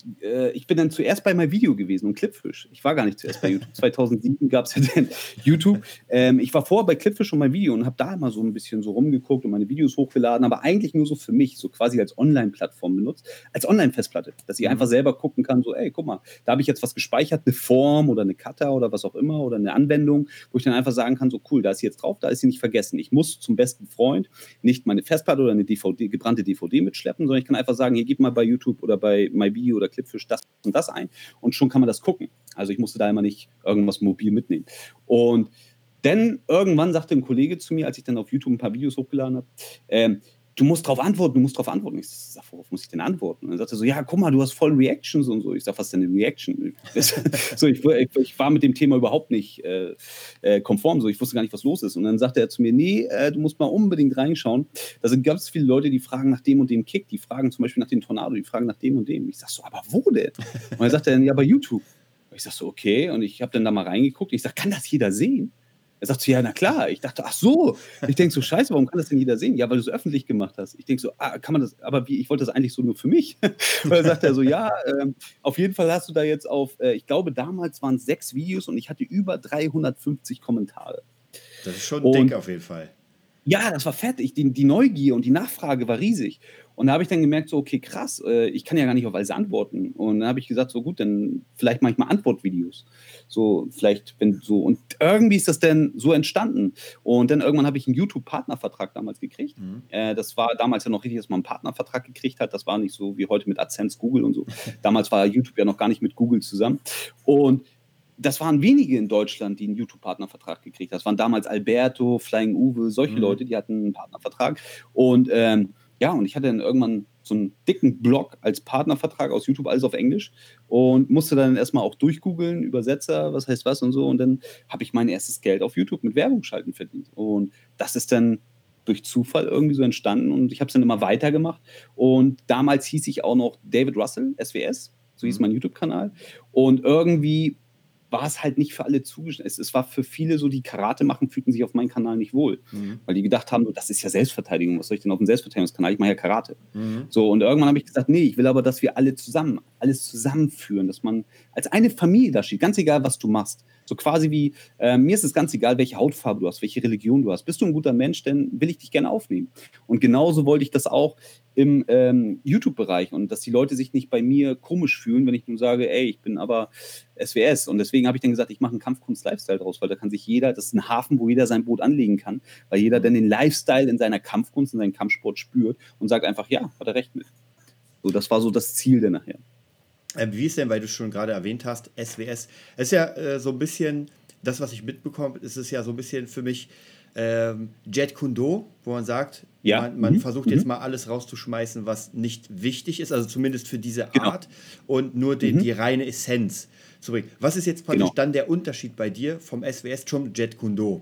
äh, ich bin dann zuerst bei MyVideo gewesen und Clipfish. Ich war gar nicht zuerst bei YouTube. zweitausendsieben gab es ja dann YouTube. Ähm, ich war vorher bei Clipfish und MyVideo und habe da immer so ein bisschen so rumgeguckt und meine Videos hochgeladen, aber eigentlich nur so für mich, so quasi als Online-Plattform benutzt, als Online-Festplatte, dass ich Mhm. einfach selber gucken kann, so, ey, guck mal, da habe ich jetzt was gespeichert, eine Form oder eine Cutter oder was auch immer oder eine Anwendung, wo ich dann einfach sagen kann, so cool, da ist sie jetzt drauf, da ist sie nicht vergessen. Ich muss zum besten Freund nicht meine Festplatte oder eine D V D, gebrannte D V D mitschleppen, sondern ich kann einfach sagen, hier, gib mal bei YouTube oder bei MyVideo oder Clipfish das und das ein und schon kann man das gucken. Also ich musste da immer nicht irgendwas mobil mitnehmen. Und dann irgendwann sagte ein Kollege zu mir, als ich dann auf YouTube ein paar Videos hochgeladen habe, ähm, du musst drauf antworten, du musst drauf antworten. Ich sag, worauf muss ich denn antworten? Und dann sagte er so, ja, guck mal, du hast voll Reactions und so. Ich sag, was ist denn eine Reaction? so, ich, ich, ich war mit dem Thema überhaupt nicht äh, äh, konform, so ich wusste gar nicht, was los ist. Und dann sagte er zu mir, nee, äh, du musst mal unbedingt reinschauen. Da sind ganz viele Leute, die fragen nach dem und dem Kick, die fragen zum Beispiel nach dem Tornado, die fragen nach dem und dem. Ich sag so, aber wo denn? Und dann sagt er, ja, bei YouTube. Und ich sag so, okay. Und ich habe dann da mal reingeguckt. Ich sag, kann das jeder sehen? Er sagt so, ja, na klar. Ich dachte, ach so. Ich denke so, scheiße, warum kann das denn jeder sehen? Ja, weil du es öffentlich gemacht hast. Ich denke so, ah, kann man das, aber wie, ich wollte das eigentlich so nur für mich. Und dann sagt er so, ja, ähm, auf jeden Fall hast du da jetzt auf, äh, ich glaube, damals waren es sechs Videos und ich hatte über dreihundertfünfzig Kommentare. Das ist schon Und dick auf jeden Fall. ja, das war fett. Ich, die, die Neugier und die Nachfrage war riesig. Und da habe ich dann gemerkt, so, okay, krass, äh, ich kann ja gar nicht auf alles antworten. Und dann habe ich gesagt, so gut, dann vielleicht mache ich mal Antwortvideos. So, vielleicht, wenn so. Und irgendwie ist das dann so entstanden. Und dann irgendwann habe ich einen YouTube-Partnervertrag damals gekriegt. Mhm. Äh, das war damals ja noch richtig, dass man einen Partnervertrag gekriegt hat. Das war nicht so wie heute mit AdSense, Google und so. Damals war YouTube ja noch gar nicht mit Google zusammen. Und das waren wenige in Deutschland, die einen YouTube-Partnervertrag gekriegt haben. Das waren damals Alberto, Flying Uwe, solche Mhm. Leute, die hatten einen Partnervertrag. Und ähm, ja, und ich hatte dann irgendwann so einen dicken Blog als Partnervertrag aus YouTube, alles auf Englisch und musste dann erstmal auch durchgoogeln, Übersetzer, was heißt was und so. Und dann habe ich mein erstes Geld auf YouTube mit Werbung schalten verdient. Und das ist dann durch Zufall irgendwie so entstanden und ich habe es dann immer weitergemacht. Und damals hieß ich auch noch David Russell, S W S, so hieß Mhm. mein YouTube-Kanal. Und irgendwie war es halt nicht für alle zugeschnitten. Es, es war für viele so, die Karate machen, fühlten sich auf meinem Kanal nicht wohl. Mhm. Weil die gedacht haben, das ist ja Selbstverteidigung, was soll ich denn auf dem Selbstverteidigungskanal? Ich mache ja Karate. Mhm. So, und irgendwann habe ich gesagt, nee, ich will aber, dass wir alle zusammen, alles zusammenführen, dass man als eine Familie da steht, ganz egal, was du machst. So quasi wie, äh, mir ist es ganz egal, welche Hautfarbe du hast, welche Religion du hast. Bist du ein guter Mensch, dann will ich dich gerne aufnehmen. Und genauso wollte ich das auch im ähm, YouTube-Bereich und dass die Leute sich nicht bei mir komisch fühlen, wenn ich nun sage, ey, ich bin aber S W S. Und deswegen habe ich dann gesagt, ich mache einen Kampfkunst-Lifestyle draus, weil da kann sich jeder, das ist ein Hafen, wo jeder sein Boot anlegen kann, weil jeder dann den Lifestyle in seiner Kampfkunst, in seinem Kampfsport spürt und sagt einfach, ja, hat er recht mit. So, das war so das Ziel dann nachher. Ähm, wie ist denn, weil du schon gerade erwähnt hast, S W S, es ist ja äh, so ein bisschen, das, was ich mitbekomme, ist es ja so ein bisschen für mich ähm, Jet Kundo, wo man sagt, Ja. man, man Mhm. versucht Mhm. jetzt mal alles rauszuschmeißen, was nicht wichtig ist, also zumindest für diese Genau. Art und nur die, Mhm. die reine Essenz zu bringen. Was ist jetzt praktisch Genau. dann der Unterschied bei dir vom S W S zum Jet Kundo?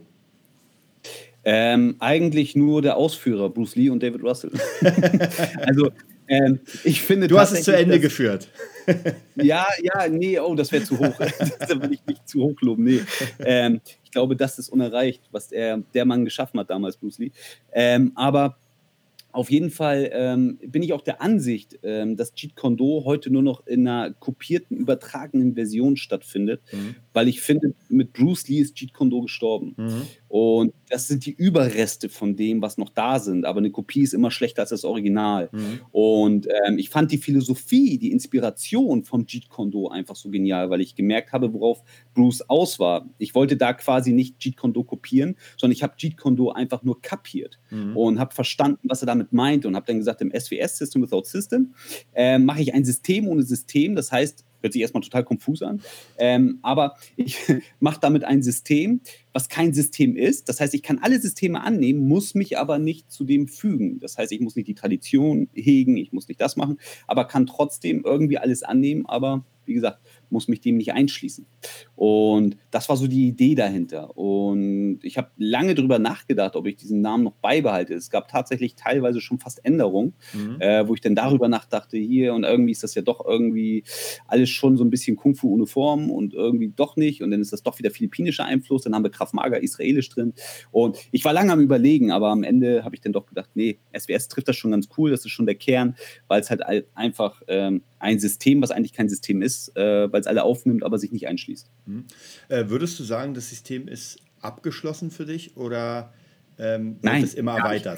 Ähm, eigentlich nur der Ausführer, Bruce Lee und David Russell. also, ähm, ich finde Du hast es zu tatsächlich, Ende dass- geführt. Ja, ja, nee, oh, das wäre zu hoch. Da will ich nicht zu hoch loben. Nee. Ähm, ich glaube, das ist unerreicht, was der, der Mann geschaffen hat damals, Bruce Lee. Ähm, aber auf jeden Fall ähm, bin ich auch der Ansicht, ähm, dass Jeet Kune Do heute nur noch in einer kopierten, übertragenen Version stattfindet, Mhm. weil ich finde, mit Bruce Lee ist Jeet Kune Do gestorben. Mhm. Und das sind die Überreste von dem, was noch da sind. Aber eine Kopie ist immer schlechter als das Original. Mhm. Und ähm, ich fand die Philosophie, die Inspiration vom Jeet Kune Do einfach so genial, weil ich gemerkt habe, worauf Bruce aus war. Ich wollte da quasi nicht Jeet Kune Do kopieren, sondern ich habe Jeet Kune Do einfach nur kapiert Mhm. und habe verstanden, was er damit meinte und habe dann gesagt, im S W S, System Without System, äh, mache ich ein System ohne System. Das heißt, hört sich erstmal total konfus an, ähm, aber ich mache damit ein System, was kein System ist. Das heißt, ich kann alle Systeme annehmen, muss mich aber nicht zu dem fügen. Das heißt, ich muss nicht die Tradition hegen, ich muss nicht das machen, aber kann trotzdem irgendwie alles annehmen, aber wie gesagt, muss mich dem nicht einschließen. Und das war so die Idee dahinter. Und ich habe lange darüber nachgedacht, ob ich diesen Namen noch beibehalte. Es gab tatsächlich teilweise schon fast Änderungen, mhm. äh, wo ich dann darüber nachdachte, hier und irgendwie ist das ja doch irgendwie alles schon so ein bisschen Kung-Fu-Uniform und irgendwie doch nicht. Und dann ist das doch wieder philippinischer Einfluss. Dann haben wir Krav Maga israelisch drin. Und ich war lange am Überlegen, aber am Ende habe ich dann doch gedacht, nee, S W S trifft das schon ganz cool. Das ist schon der Kern, weil es halt einfach ähm, ein System, was eigentlich kein System ist, äh, weil es alle aufnimmt, aber sich nicht einschließt. Mhm. Äh, würdest du sagen, das System ist abgeschlossen für dich oder ähm, wird Nein, es immer erweitert?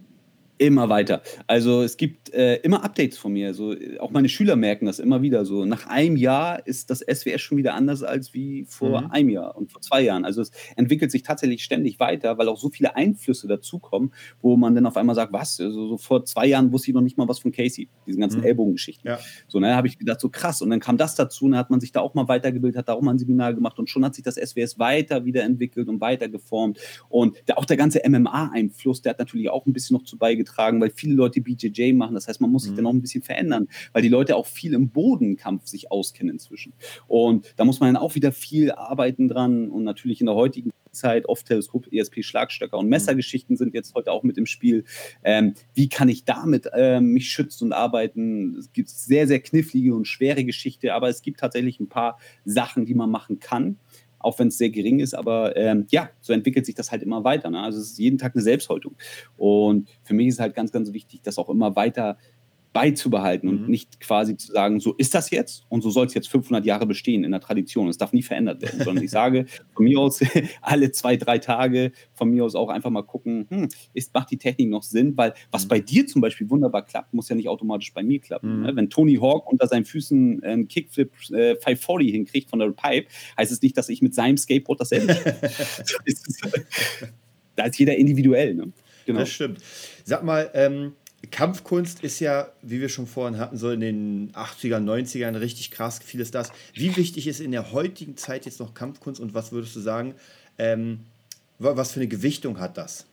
Immer weiter. Also es gibt äh, immer Updates von mir. So, auch meine Schüler merken das immer wieder. So nach einem Jahr ist das S W S schon wieder anders als wie vor Mhm. einem Jahr und vor zwei Jahren. Also es entwickelt sich tatsächlich ständig weiter, weil auch so viele Einflüsse dazukommen, wo man dann auf einmal sagt, was? Also so vor zwei Jahren wusste ich noch nicht mal was von Casey, diesen ganzen Mhm. Ellbogengeschichten. Ja. So, ne, habe ich gedacht, so krass. Und dann kam das dazu, und dann hat man sich da auch mal weitergebildet, hat da auch mal ein Seminar gemacht und schon hat sich das S W S weiter wieder entwickelt und weiter geformt. Und der, auch der ganze M M A-Einfluss, der hat natürlich auch ein bisschen noch zu beigetragen, weil viele Leute B J J machen. Das heißt, man muss sich Mhm. dann auch ein bisschen verändern, weil die Leute auch viel im Bodenkampf sich auskennen inzwischen. Und da muss man dann auch wieder viel arbeiten dran und natürlich in der heutigen Zeit oft Teleskop, E S P, Schlagstöcker und Messergeschichten sind jetzt heute auch mit im Spiel. Ähm, wie kann ich damit ähm, mich schützen und arbeiten? Es gibt sehr, sehr knifflige und schwere Geschichte, aber es gibt tatsächlich ein paar Sachen, die man machen kann, auch wenn es sehr gering ist, aber ähm, ja, so entwickelt sich das halt immer weiter. Ne? Also es ist jeden Tag eine Selbsthäutung. Und für mich ist halt ganz, ganz wichtig, das auch immer weiter beizubehalten und Mhm. nicht quasi zu sagen, so ist das jetzt und so soll es jetzt fünfhundert Jahre bestehen in der Tradition. Es darf nie verändert werden, sondern ich sage von mir aus alle zwei, drei Tage, von mir aus auch einfach mal gucken, hm, ist, macht die Technik noch Sinn? Weil was Mhm. bei dir zum Beispiel wunderbar klappt, muss ja nicht automatisch bei mir klappen. Mhm. Ne? Wenn Tony Hawk unter seinen Füßen einen Kickflip äh, fünfhundertvierzig hinkriegt von der Pipe, heißt es nicht, dass ich mit seinem Skateboard dasselbe schaffe. Da ist jeder individuell. Ne? Genau. Das stimmt. Sag mal, ähm, Kampfkunst ist ja, wie wir schon vorhin hatten, so in den achtzigern, neunzigern richtig krass, vieles das. Wie wichtig ist in der heutigen Zeit jetzt noch Kampfkunst und was würdest du sagen, ähm, wa- was für eine Gewichtung hat das?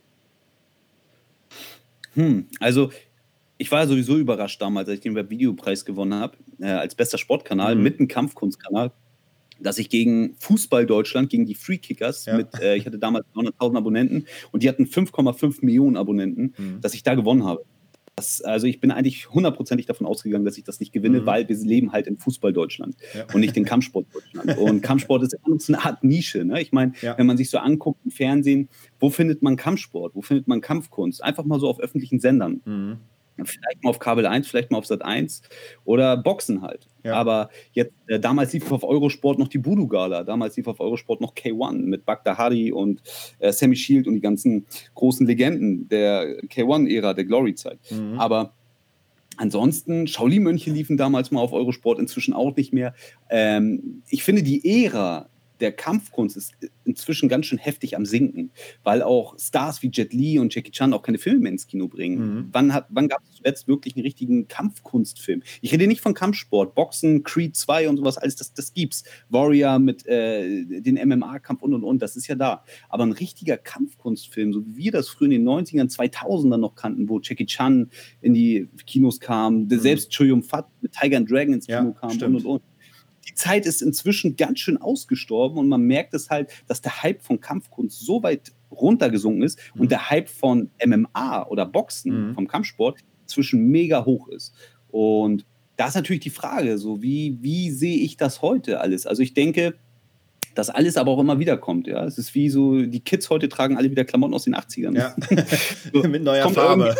Hm, also ich war sowieso überrascht damals, als ich den Webvideopreis gewonnen habe, äh, als bester Sportkanal Mhm. mit einem Kampfkunstkanal, dass ich gegen Fußball Deutschland, gegen die Free Kickers Ja. mit, äh, ich hatte damals neunhunderttausend Abonnenten und die hatten fünf Komma fünf Millionen Abonnenten, Mhm. dass ich da gewonnen habe. Das, also ich bin eigentlich hundertprozentig davon ausgegangen, dass ich das nicht gewinne, Mhm. weil wir leben halt in Fußball Deutschland Ja. und nicht in Kampfsport Deutschland. Und Kampfsport ist immer noch so eine Art Nische. Ne? Ich meine, Ja. wenn man sich so anguckt im Fernsehen, wo findet man Kampfsport, wo findet man Kampfkunst? Einfach mal so auf öffentlichen Sendern. Mhm. Vielleicht mal auf Kabel eins, vielleicht mal auf Sat eins oder Boxen halt. Ja. Aber jetzt, äh, damals lief auf Eurosport noch die Voodoo-Gala, damals lief auf Eurosport noch K eins mit Bagda Hari und äh, Sammy Shield und die ganzen großen Legenden der K eins-Ära, der Glory-Zeit. Mhm. Aber ansonsten, Shaolin-Mönche liefen damals mal auf Eurosport, inzwischen auch nicht mehr. Ähm, ich finde, die Ära der Kampfkunst ist inzwischen ganz schön heftig am Sinken, weil auch Stars wie Jet Li und Jackie Chan auch keine Filme mehr ins Kino bringen. Mhm. Wann, hat, wann gab es zuletzt wirklich einen richtigen Kampfkunstfilm? Ich rede nicht von Kampfsport, Boxen, Creed zwei und sowas, alles, das, das gibt's. Warrior mit äh, den M M A-Kampf und und und, das ist ja da. Aber ein richtiger Kampfkunstfilm, so wie wir das früher in den neunzigern, zweitausendern noch kannten, wo Jackie Chan in die Kinos kam, Mhm. selbst Choyum Fat mit Tiger and Dragon ins Ja, Kino kam stimmt. und und und. Die Zeit ist inzwischen ganz schön ausgestorben und man merkt es halt, dass der Hype von Kampfkunst so weit runtergesunken ist Mhm. und der Hype von M M A oder Boxen, Mhm. vom Kampfsport, inzwischen mega hoch ist. Und da ist natürlich die Frage, so wie, wie sehe ich das heute alles? Also ich denke, dass alles aber auch immer wieder kommt. Ja? Es ist wie so, die Kids heute tragen alle wieder Klamotten aus den achtzigern. Ja. So, Mit es neuer kommt Farbe.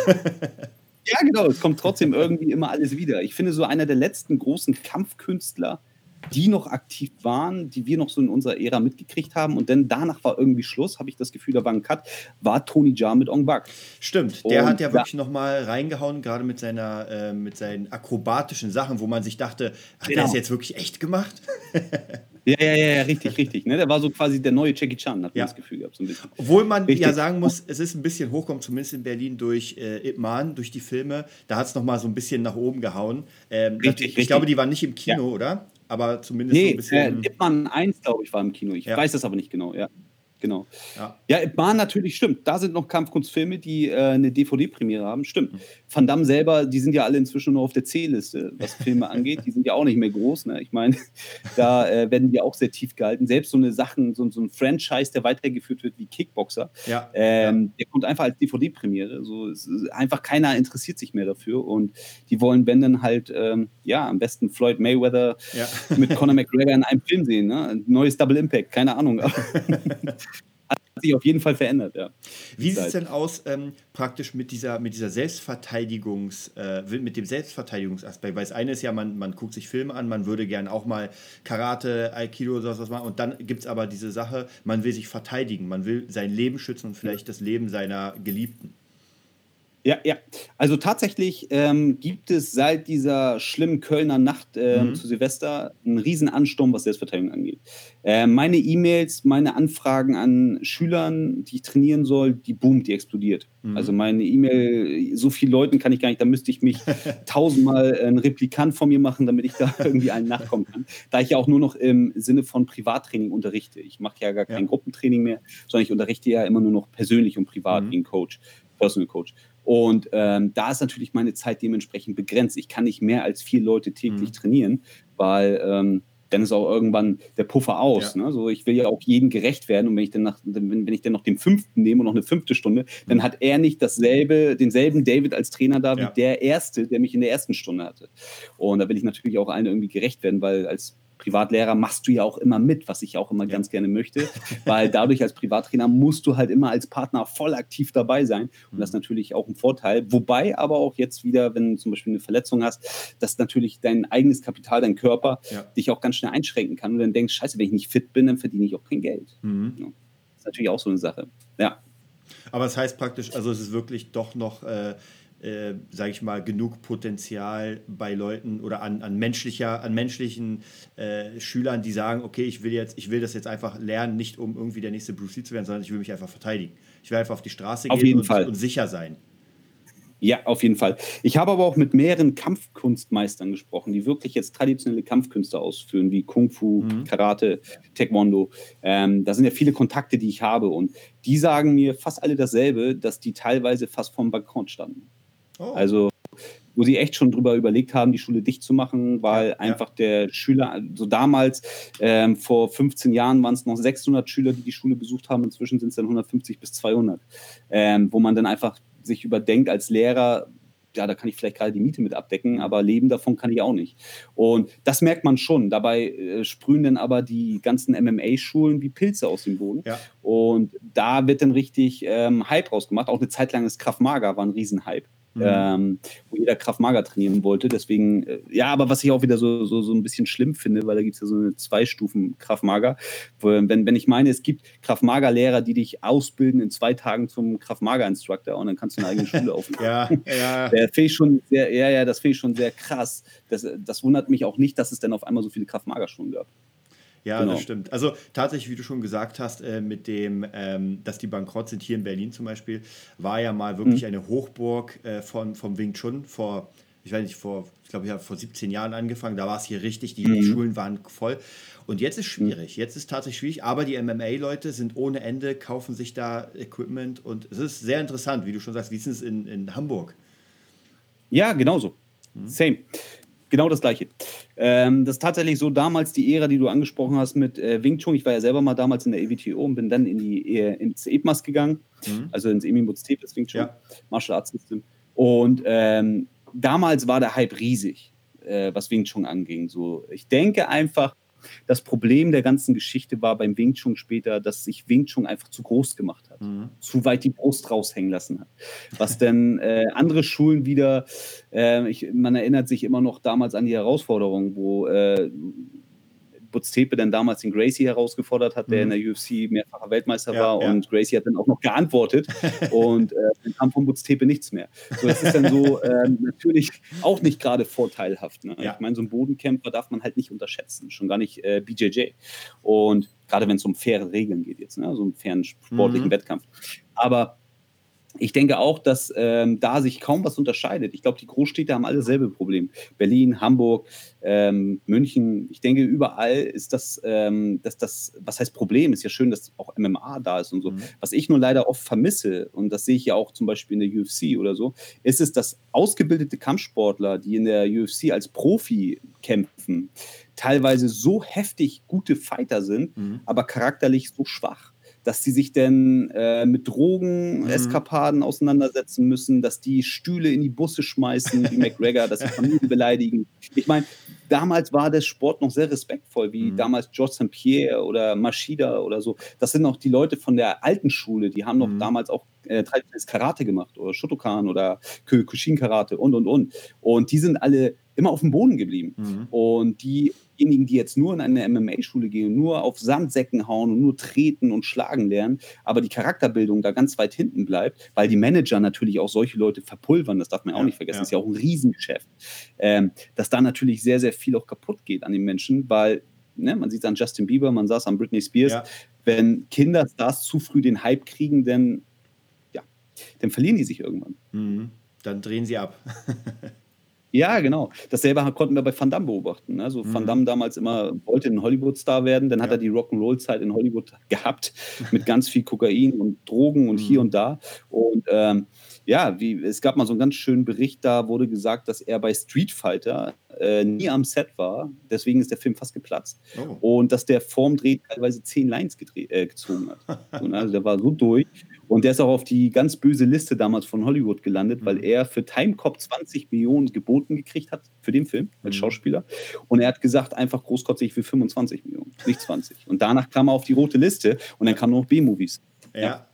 Ja, genau, es kommt trotzdem irgendwie immer alles wieder. Ich finde, so einer der letzten großen Kampfkünstler, die noch aktiv waren, die wir noch so in unserer Ära mitgekriegt haben und dann danach war irgendwie Schluss, habe ich das Gefühl, da war ein Cut, war Tony Jaa mit Ong Bak. Stimmt, der Und hat ja ja, wirklich nochmal reingehauen, gerade mit seiner, äh, mit seinen akrobatischen Sachen, wo man sich dachte, hat er das genau. jetzt wirklich echt gemacht? Ja, ja, ja, ja, richtig, richtig. Ne? Der war so quasi der neue Jackie Chan, hat man Ja. das Gefühl gehabt, so ein bisschen. Obwohl man ja Richtig. sagen muss, es ist ein bisschen hochkommen, zumindest in Berlin durch äh, Ip Man, durch die Filme. Da hat es nochmal so ein bisschen nach oben gehauen. Ähm, Richtig, natürlich- ich richtig. glaube, die waren nicht im Ja. Kino, oder? Aber zumindest so ein Nee, äh, bisschen. Ip Man eins, glaube ich, war im Kino. Ich Ja. weiß das aber nicht genau, ja. Genau. Ja. Ja, Ip Man natürlich, stimmt. Da sind noch Kampfkunstfilme, die äh, eine D V D-Premiere haben, stimmt. Mhm. Van Damme selber, die sind ja alle inzwischen nur auf der C-Liste, was Filme angeht. Die sind ja auch nicht mehr groß. Ne? Ich meine, da äh, werden die auch sehr tief gehalten. Selbst so eine Sachen, so, so ein Franchise, der weitergeführt wird wie Kickboxer, Ja, ähm, ja. der kommt einfach als D V D-Premiere. So, es ist einfach keiner interessiert sich mehr dafür. Und die wollen, wenn dann halt, ähm, ja, am besten Floyd Mayweather Ja. mit Conor McGregor in einem Film sehen. Ne? Ein neues Double Impact, keine Ahnung. Hat sich auf jeden Fall verändert, ja. Wie sieht es Zeit. denn aus, ähm, praktisch mit dieser, mit dieser Selbstverteidigungs, äh, mit dem Selbstverteidigungsaspekt? Weil das eine ist ja, man, man guckt sich Filme an, man würde gern auch mal Karate, Aikido oder sowas machen. Und dann gibt es aber diese Sache, man will sich verteidigen, man will sein Leben schützen und vielleicht das Leben seiner Geliebten. Ja, ja. Also tatsächlich ähm, gibt es seit dieser schlimmen Kölner Nacht ähm, Mhm. zu Silvester einen riesen Ansturm, was Selbstverteidigung angeht. Äh, meine E-Mails, meine Anfragen an Schülern, die ich trainieren soll, die boomt, die explodiert. Mhm. Also meine E-Mail, so vielen Leuten kann ich gar nicht, da müsste ich mich tausendmal einen Replikant von mir machen, damit ich da irgendwie allen nachkommen kann. Da ich ja auch nur noch im Sinne von Privattraining unterrichte. Ich mache ja gar kein Ja. Gruppentraining mehr, sondern ich unterrichte ja immer nur noch persönlich und privat Mhm. wie ein Coach, Personal Coach. Und ähm, da ist natürlich meine Zeit dementsprechend begrenzt. Ich kann nicht mehr als vier Leute täglich Mhm. trainieren, weil ähm, dann ist auch irgendwann der Puffer aus. Ja. Ne? So, ich will ja auch jedem gerecht werden. Und wenn ich dann, nach, wenn, wenn ich dann noch den fünften nehme und noch eine fünfte Stunde, dann Mhm. hat er nicht dasselbe, denselben David als Trainer da wie Ja. der Erste, der mich in der ersten Stunde hatte. Und da will ich natürlich auch allen irgendwie gerecht werden, weil als Privatlehrer machst du ja auch immer mit, was ich auch immer Ja. ganz gerne möchte, weil dadurch als Privattrainer musst du halt immer als Partner voll aktiv dabei sein und das ist natürlich auch ein Vorteil, wobei aber auch jetzt wieder, wenn du zum Beispiel eine Verletzung hast, dass natürlich dein eigenes Kapital, dein Körper Ja. dich auch ganz schnell einschränken kann und dann denkst, scheiße, wenn ich nicht fit bin, dann verdiene ich auch kein Geld. Mhm. Ja. Das ist natürlich auch so eine Sache, ja. Aber es heißt praktisch, also es ist wirklich doch noch, äh, äh, sage ich mal, genug Potenzial bei Leuten oder an, an menschlicher, an menschlichen äh, Schülern, die sagen, okay, ich will jetzt, ich will das jetzt einfach lernen, nicht um irgendwie der nächste Bruce Lee zu werden, sondern ich will mich einfach verteidigen. Ich will einfach auf die Straße Auf gehen jeden und, Fall. und sicher sein. Ja, auf jeden Fall. Ich habe aber auch mit mehreren Kampfkunstmeistern gesprochen, die wirklich jetzt traditionelle Kampfkünste ausführen, wie Kung Fu, Mhm. Karate, Taekwondo. Ähm, da sind ja viele Kontakte, die ich habe. Und die sagen mir fast alle dasselbe, dass die teilweise fast vorm Bankrott standen. Oh. Also, wo sie echt schon drüber überlegt haben, die Schule dicht zu machen, weil Ja, einfach ja. der Schüler, also damals, ähm, vor fünfzehn Jahren waren es noch sechshundert Schüler, die die Schule besucht haben. Inzwischen sind es dann hundertfünfzig bis zweihundert. Ähm, wo man dann einfach sich überdenkt als Lehrer, ja, da kann ich vielleicht gerade die Miete mit abdecken, Mhm. aber leben davon kann ich auch nicht. Und das merkt man schon. Dabei äh, sprühen dann aber die ganzen M M A-Schulen wie Pilze aus dem Boden. Ja. Und da wird dann richtig ähm, Hype rausgemacht. Auch eine Zeit lang ist Krav Maga war ein Riesenhype. Mhm. Ähm, wo jeder Krav Maga trainieren wollte. Deswegen, äh, ja, aber was ich auch wieder so, so, so ein bisschen schlimm finde, weil da gibt es ja so eine Zwei-Stufen Krav Maga. Wo, wenn, wenn ich meine, es gibt Krav Maga-Lehrer, die dich ausbilden in zwei Tagen zum Krav Maga-Instructor und dann kannst du eine eigene Schule aufmachen. Ja, ja. Das finde ich schon sehr, ja, ja, das finde ich schon sehr krass. Das, das wundert mich auch nicht, dass es dann auf einmal so viele Krav Maga-Schulen gab. Ja, Genau. das stimmt. Also tatsächlich, wie du schon gesagt hast, äh, mit dem, ähm, dass die bankrott sind, hier in Berlin zum Beispiel, war ja mal wirklich Mhm. eine Hochburg äh, von, vom Wing Chun vor, ich weiß nicht, vor, ich glaube, ich habe vor siebzehn Jahren angefangen, da war es hier richtig, die, die Mhm. Schulen waren voll. Und jetzt ist schwierig, jetzt ist tatsächlich schwierig, aber die M M A-Leute sind ohne Ende, kaufen sich da Equipment und es ist sehr interessant, wie du schon sagst, wie ist es in, in Hamburg? Ja, genauso. Same. Genau das Gleiche. Ähm, das ist tatsächlich so damals die Ära, die du angesprochen hast mit äh, Wing Chun. Ich war ja selber mal damals in der E W T O und bin dann in die, äh, ins E B M A S gegangen, Mhm. also ins Emin Butz-Tep, das Wing Chun, Ja. Martial Arts System. Und ähm, damals war der Hype riesig, äh, was Wing Chun anging. So, ich denke einfach, das Problem der ganzen Geschichte war beim Wing Chun später, dass sich Wing Chun einfach zu groß gemacht hat. Mhm. Zu weit die Brust raushängen lassen hat. Was denn äh, andere Schulen wieder, äh, ich, man erinnert sich immer noch damals an die Herausforderung, wo äh, Butz-Tepe dann damals den Gracie herausgefordert hat, der in Mhm. der U F C mehrfacher Weltmeister Ja, war ja. und Gracie hat dann auch noch geantwortet und äh, dann kam von Butz-Tepe nichts mehr. So, das ist dann so äh, natürlich auch nicht gerade vorteilhaft. Ne? Ja. Ich meine, so einen Bodenkämpfer darf man halt nicht unterschätzen, schon gar nicht äh, B J J. Und gerade wenn es um faire Regeln geht jetzt, ne? So einen fairen sportlichen Mhm. Wettkampf. Aber Ich denke auch, dass ähm, da sich kaum was unterscheidet. Ich glaube, die Großstädte haben alle dasselbe Problem. Berlin, Hamburg, ähm, München. Ich denke, überall ist das, ähm, dass das, was heißt Problem? Ist ja schön, dass auch M M A da ist und so. Mhm. Was ich nur leider oft vermisse, und das sehe ich ja auch zum Beispiel in der U F C oder so, ist es, dass ausgebildete Kampfsportler, die in der U F C als Profi kämpfen, teilweise so heftig gute Fighter sind, Mhm. aber charakterlich so schwach, dass sie sich denn äh, mit Mhm. Drogeneskapaden auseinandersetzen müssen, dass die Stühle in die Busse schmeißen wie McGregor, dass sie Familien beleidigen. Ich meine, damals war der Sport noch sehr respektvoll, wie Mhm. damals George Saint Pierre oder Machida oder so. Das sind noch die Leute von der alten Schule, die haben noch Mhm. damals auch äh, traditionelles Karate gemacht oder Shotokan oder Kyokushin-Karate und, und, und. Und die sind alle immer auf dem Boden geblieben. Mhm. Und diejenigen, die jetzt nur in eine M M A-Schule gehen, nur auf Sandsäcken hauen und nur treten und schlagen lernen, aber die Charakterbildung da ganz weit hinten bleibt, weil die Manager natürlich auch solche Leute verpulvern, das darf man auch Ja, nicht vergessen, ja. ist ja auch ein Riesengeschäft, ähm, dass da natürlich sehr, sehr viel auch kaputt geht an den Menschen, weil ne, man sieht es an Justin Bieber, man sah es an Britney Spears, Ja. wenn Kinderstars zu früh den Hype kriegen, dann, ja, dann verlieren die sich irgendwann. Mhm. Dann drehen sie ab. Ja, genau. Dasselbe konnten wir bei Van Damme beobachten. Ne? So Van Mhm. Damme damals immer wollte ein Hollywood-Star werden, dann hat Ja. er die Rock'n'Roll-Zeit in Hollywood gehabt mit ganz viel Kokain und Drogen und hier Mhm. und da. Und ähm, ja, wie, es gab mal so einen ganz schönen Bericht, da wurde gesagt, dass er bei Street Fighter äh, nie am Set war. Deswegen ist der Film fast geplatzt. Oh. Und dass der vorm Dreh teilweise zehn Lines gedreht, äh, gezogen hat. So, ne? Also der war so durch. Und der ist auch auf die ganz böse Liste damals von Hollywood gelandet, weil Mhm. er für Timecop zwanzig Millionen geboten gekriegt hat für den Film als Mhm. Schauspieler. Und er hat gesagt, einfach großkotzig, ich will fünfundzwanzig Millionen, nicht zwanzig. Und danach kam er auf die rote Liste und dann Ja. kamen noch B-Movies. Ja. Ja.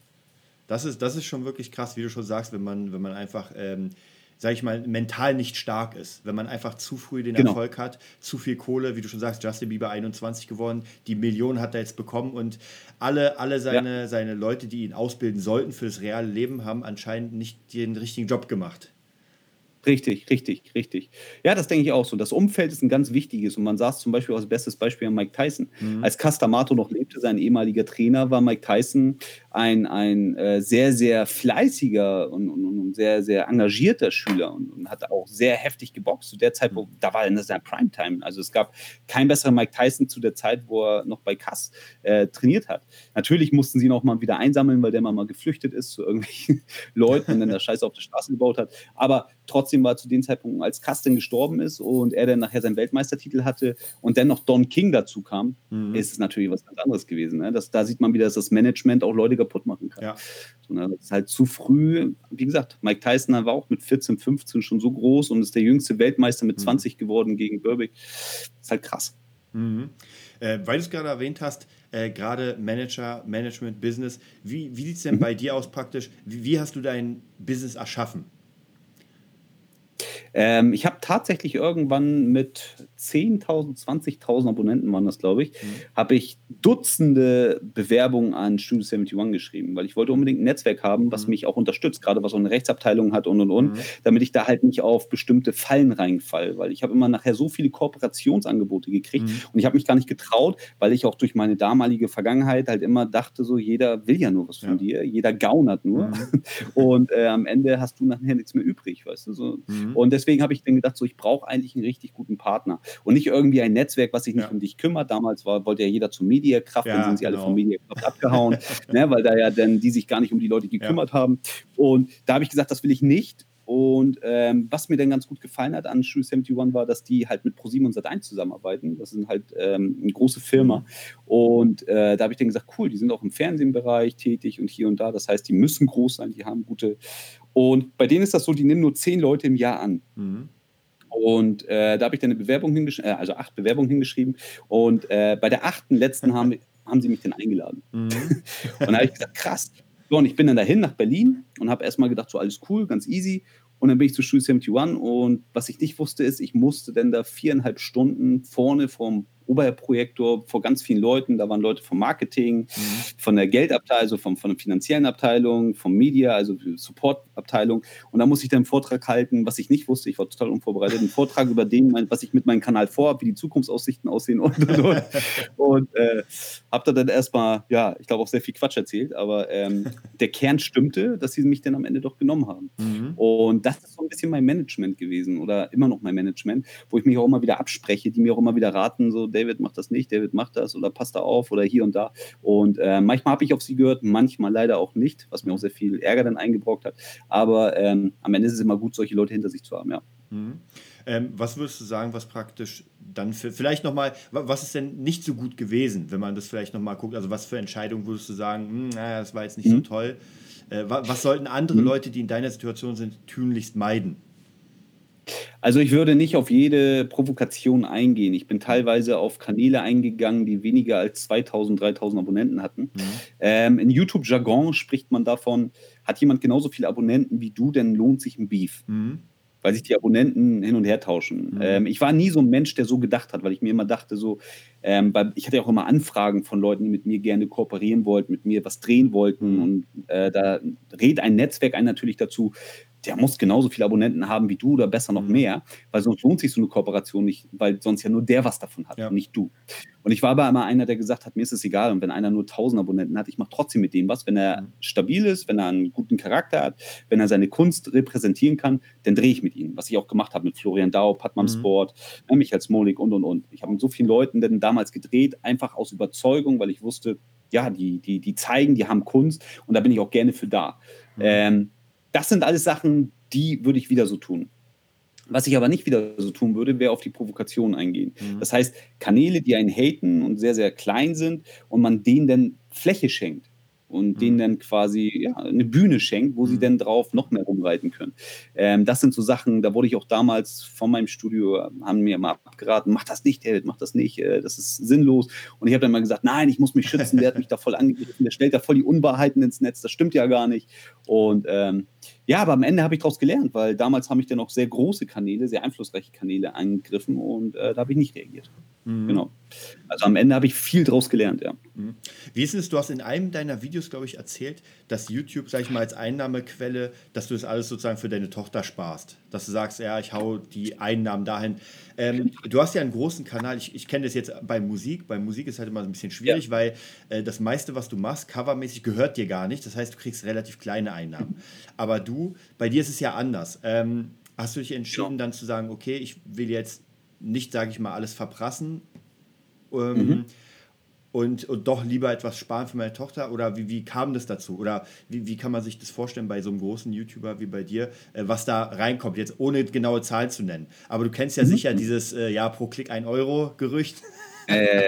Das ist, das ist schon wirklich krass, wie du schon sagst, wenn man, wenn man einfach, ähm, sag ich mal, mental nicht stark ist. Wenn man einfach zu früh den Genau. Erfolg hat, zu viel Kohle, wie du schon sagst, Justin Bieber einundzwanzig geworden, die Millionen hat er jetzt bekommen und alle, alle Ja. seine, seine Leute, die ihn ausbilden sollten für das reale Leben, haben anscheinend nicht den richtigen Job gemacht. Richtig, richtig, richtig. Ja, das denke ich auch so. Das Umfeld ist ein ganz wichtiges und man sah es zum Beispiel als bestes Beispiel an Mike Tyson. Mhm. Als Castamato noch lebte, sein ehemaliger Trainer, war Mike Tyson ein, ein äh, sehr, sehr fleißiger und, und, und sehr, sehr engagierter Schüler und, und hat auch sehr heftig geboxt. Zu der Zeit, wo, da war in seiner Primetime. Also es gab keinen besseren Mike Tyson zu der Zeit, wo er noch bei Cass äh, trainiert hat. Natürlich mussten sie ihn auch mal wieder einsammeln, weil der mal, mal geflüchtet ist zu irgendwelchen Leuten und dann der Scheiße auf der Straße gebaut hat. Aber trotzdem war zu dem Zeitpunkt, als Kasten gestorben ist und er dann nachher seinen Weltmeistertitel hatte und dann noch Don King dazu kam, Mhm. ist es natürlich was ganz anderes gewesen. Ne? Das, da sieht man wieder, dass das Management auch Leute kaputt machen kann. Ja. So, ne? Das ist halt zu früh. Wie gesagt, Mike Tyson war auch mit vierzehn, fünfzehn schon so groß und ist der jüngste Weltmeister mit Mhm. zwanzig geworden gegen Berbick. Das ist halt krass. Mhm. Äh, weil du es gerade erwähnt hast, äh, gerade Manager, Management, Business, wie, wie sieht es denn Mhm. bei dir aus praktisch? Wie, wie hast du dein Business erschaffen? Ähm, ich habe tatsächlich irgendwann mit zehntausend, zwanzigtausend Abonnenten waren das, glaube ich, Mhm. habe ich Dutzende Bewerbungen an Studio einundsiebzig geschrieben, weil ich wollte unbedingt ein Netzwerk haben, was Mhm. mich auch unterstützt, gerade was auch eine Rechtsabteilung hat und und und, Mhm. damit ich da halt nicht auf bestimmte Fallen reinfalle, weil ich habe immer nachher so viele Kooperationsangebote gekriegt Mhm. und ich habe mich gar nicht getraut, weil ich auch durch meine damalige Vergangenheit halt immer dachte, so jeder will ja nur was von Ja. dir, jeder gaunert nur Mhm. und äh, am Ende hast du nachher nichts mehr übrig, weißt du, so. Mhm. Und deswegen habe ich dann gedacht, so, ich brauche eigentlich einen richtig guten Partner und nicht irgendwie ein Netzwerk, was sich nicht Ja. um dich kümmert. Damals war, wollte ja jeder zur Mediakraft, dann Ja, sind sie alle von genau. Mediakraft abgehauen, ne, weil da ja dann die sich gar nicht um die Leute Ja. gekümmert haben. Und da habe ich gesagt, das will ich nicht. Und ähm, was mir dann ganz gut gefallen hat an Studio einundsiebzig war, dass die halt mit ProSieben und Sat eins zusammenarbeiten. Das sind halt ähm, eine große Firma. Mhm. Und äh, da habe ich dann gesagt, cool, die sind auch im Fernsehbereich tätig und hier und da. Das heißt, die müssen groß sein, die haben gute. Und bei denen ist das so, die nehmen nur zehn Leute im Jahr an. Mhm. Und äh, da habe ich dann eine Bewerbung hingeschrieben, äh, also acht Bewerbungen hingeschrieben. Und äh, bei der achten letzten haben, haben sie mich dann eingeladen. Mhm. Und da habe ich gesagt, krass. So, und ich bin dann dahin nach Berlin und habe erstmal gedacht, so alles cool, ganz easy. Und dann bin ich zu Studio einundsiebzig und was ich nicht wusste, ist, ich musste dann da viereinhalb Stunden vorne vorm Oberprojektor vor ganz vielen Leuten. Da waren Leute vom Marketing, mhm. von der Geldabteilung, also vom, von der finanziellen Abteilung, vom Media, also Supportabteilung. Und da musste ich dann einen Vortrag halten, was ich nicht wusste. Ich war total unvorbereitet. Einen Vortrag über den, was ich mit meinem Kanal vorhabe, wie die Zukunftsaussichten aussehen und, und, und. Und äh, habe da dann erstmal, ja, ich glaube auch sehr viel Quatsch erzählt, aber ähm, der Kern stimmte, dass sie mich dann am Ende doch genommen haben. Mhm. Und das ist so ein bisschen mein Management gewesen oder immer noch mein Management, wo ich mich auch immer wieder abspreche, die mir auch immer wieder raten, so David, mach das nicht, David, mach das oder pass da auf oder hier und da. Und äh, manchmal habe ich auf sie gehört, manchmal leider auch nicht, was mir auch sehr viel Ärger dann eingebrockt hat. Aber ähm, am Ende ist es immer gut, solche Leute hinter sich zu haben, ja. Mhm. Ähm, was würdest du sagen, was praktisch dann für, vielleicht nochmal, was ist denn nicht so gut gewesen, wenn man das vielleicht nochmal guckt, also was für Entscheidungen würdest du sagen, hm, naja, das war jetzt nicht mhm. so toll. Äh, was, was sollten andere mhm. Leute, die in deiner Situation sind, tunlichst meiden? Also ich würde nicht auf jede Provokation eingehen. Ich bin teilweise auf Kanäle eingegangen, die weniger als zweitausend, dreitausend Abonnenten hatten. Mhm. Ähm, in YouTube-Jargon spricht man davon, hat jemand genauso viele Abonnenten wie du, denn lohnt sich ein Beef. Mhm. Weil sich die Abonnenten hin und her tauschen. Mhm. Ähm, ich war nie so ein Mensch, der so gedacht hat, weil ich mir immer dachte, so, ähm, weil ich hatte ja auch immer Anfragen von Leuten, die mit mir gerne kooperieren wollten, mit mir was drehen wollten. Mhm. Und äh, da rät ein Netzwerk einen natürlich dazu, der muss genauso viele Abonnenten haben wie du oder besser noch mehr, weil sonst lohnt sich so eine Kooperation nicht, weil sonst ja nur der was davon hat, ja. und nicht du. Und ich war aber immer einer, der gesagt hat, mir ist es egal, und wenn einer nur tausend Abonnenten hat, ich mache trotzdem mit dem was, wenn er mhm. stabil ist, wenn er einen guten Charakter hat, wenn er seine Kunst repräsentieren kann, dann drehe ich mit ihm, was ich auch gemacht habe mit Florian Dau, Patman mhm. Sport, Michael Smolik und, und, und. Ich habe mit so vielen Leuten denn damals gedreht, einfach aus Überzeugung, weil ich wusste, ja, die, die, die zeigen, die haben Kunst, und da bin ich auch gerne für da. Mhm. Ähm, Das sind alles Sachen, die würde ich wieder so tun. Was ich aber nicht wieder so tun würde, wäre auf die Provokation eingehen. Mhm. Das heißt, Kanäle, die einen haten und sehr, sehr klein sind und man denen dann Fläche schenkt und mhm. denen dann quasi ja, eine Bühne schenkt, wo mhm. sie dann drauf noch mehr rumreiten können. Ähm, das sind so Sachen, da wurde ich auch damals von meinem Studio, haben mir mal abgeraten, mach das nicht, David, mach das nicht, äh, das ist sinnlos. Und ich habe dann mal gesagt, nein, ich muss mich schützen, der hat mich da voll angegriffen, der stellt da voll die Unwahrheiten ins Netz, das stimmt ja gar nicht. Und ähm, ja, aber am Ende habe ich daraus gelernt, weil damals haben mich dann auch sehr große Kanäle, sehr einflussreiche Kanäle angegriffen, und äh, da habe ich nicht reagiert. Mhm. Genau. Also am Ende habe ich viel daraus gelernt, ja. Mhm. Wie ist es, du hast in einem deiner Videos, glaube ich, erzählt, dass YouTube, sag ich mal, als Einnahmequelle, dass du das alles sozusagen für deine Tochter sparst. Dass du sagst, ja, ich hau die Einnahmen dahin. Ähm, du hast ja einen großen Kanal, ich, ich kenne das jetzt bei Musik. Bei Musik ist halt immer ein bisschen schwierig, ja. weil äh, das meiste, was du machst, covermäßig, gehört dir gar nicht. Das heißt, du kriegst relativ kleine Einnahmen. Aber du, bei dir ist es ja anders. Ähm, hast du dich entschieden, ja. dann zu sagen, okay, ich will jetzt nicht, sage ich mal, alles verprassen, ähm, mhm. und, und doch lieber etwas sparen für meine Tochter? Oder wie, wie kam das dazu? Oder wie, wie kann man sich das vorstellen bei so einem großen YouTuber wie bei dir, äh, was da reinkommt, jetzt ohne genaue Zahlen zu nennen? Aber du kennst ja mhm. sicher dieses äh, ja, pro Klick ein Euro Gerücht. Äh.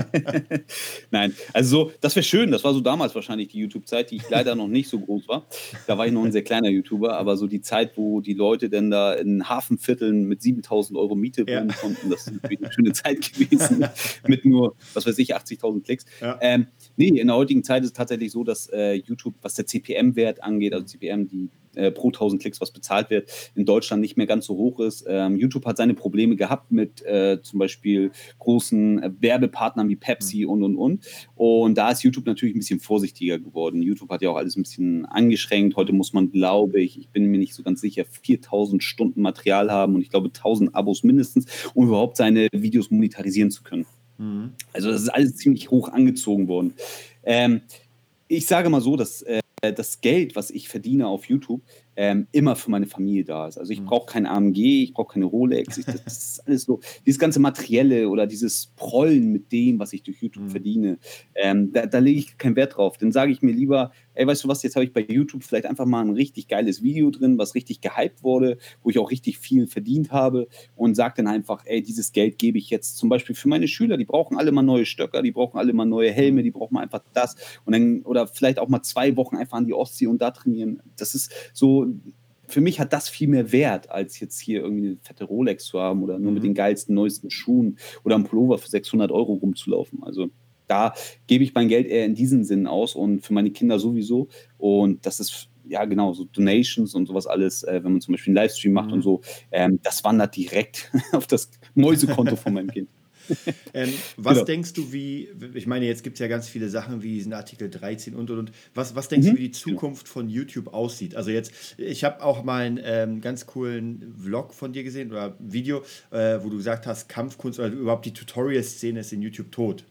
Nein, also so, das wäre schön, das war so damals wahrscheinlich die YouTube-Zeit, die ich leider noch nicht so groß war. Da war ich noch ein sehr kleiner YouTuber, aber so die Zeit, wo die Leute dann da in Hafenvierteln mit siebentausend Euro Miete wohnen ja. konnten, das ist natürlich eine schöne Zeit gewesen, mit nur, was weiß ich, achtzigtausend Klicks. Ja. Ähm, nee, in der heutigen Zeit ist es tatsächlich so, dass äh, YouTube, was der C P M-Wert angeht, also C P M, die äh, pro tausend Klicks, was bezahlt wird, in Deutschland nicht mehr ganz so hoch ist. Ähm, YouTube hat seine Probleme gehabt mit äh, zum Beispiel großen äh, Werbepartnern wie Pepsi mhm. und, und, und. Und da ist YouTube natürlich ein bisschen vorsichtiger geworden. YouTube hat ja auch alles ein bisschen eingeschränkt. Heute muss man, glaube ich, ich bin mir nicht so ganz sicher, viertausend Stunden Material haben und ich glaube tausend Abos mindestens, um überhaupt seine Videos monetarisieren zu können. Mhm. Also das ist alles ziemlich hoch angezogen worden. Ähm, ich sage mal so, dass äh, das Geld, was ich verdiene auf YouTube, ähm, immer für meine Familie da ist. Also ich brauche kein A M G, ich brauche keine Rolex, ich, das ist alles so, dieses ganze Materielle oder dieses Prollen mit dem, was ich durch YouTube mhm. verdiene, ähm, da, da lege ich keinen Wert drauf. Dann sage ich mir lieber, ey, weißt du was, jetzt habe ich bei YouTube vielleicht einfach mal ein richtig geiles Video drin, was richtig gehypt wurde, wo ich auch richtig viel verdient habe, und sage dann einfach, ey, dieses Geld gebe ich jetzt zum Beispiel für meine Schüler, die brauchen alle mal neue Stöcker, die brauchen alle mal neue Helme, die brauchen mal einfach das, und dann, oder vielleicht auch mal zwei Wochen einfach an die Ostsee und da trainieren. Das ist so, für mich hat das viel mehr Wert, als jetzt hier irgendwie eine fette Rolex zu haben oder nur mhm. mit den geilsten, neuesten Schuhen oder einen Pullover für sechshundert Euro rumzulaufen. Also da gebe ich mein Geld eher in diesen Sinn aus, und für meine Kinder sowieso. Und das ist, ja genau, so Donations und sowas alles, äh, wenn man zum Beispiel einen Livestream macht mhm. und so, ähm, das wandert direkt auf das Mäusekonto von meinem Kind. Ähm, was Genau. denkst du, wie, ich meine, jetzt gibt es ja ganz viele Sachen wie diesen Artikel dreizehn und und und. Was, was denkst du, Mhm. wie die Genau. Zukunft von YouTube aussieht? Also jetzt, ich habe auch mal einen ähm, ganz coolen Vlog von dir gesehen oder Video, äh, wo du gesagt hast, Kampfkunst oder überhaupt die Tutorial-Szene ist in YouTube tot.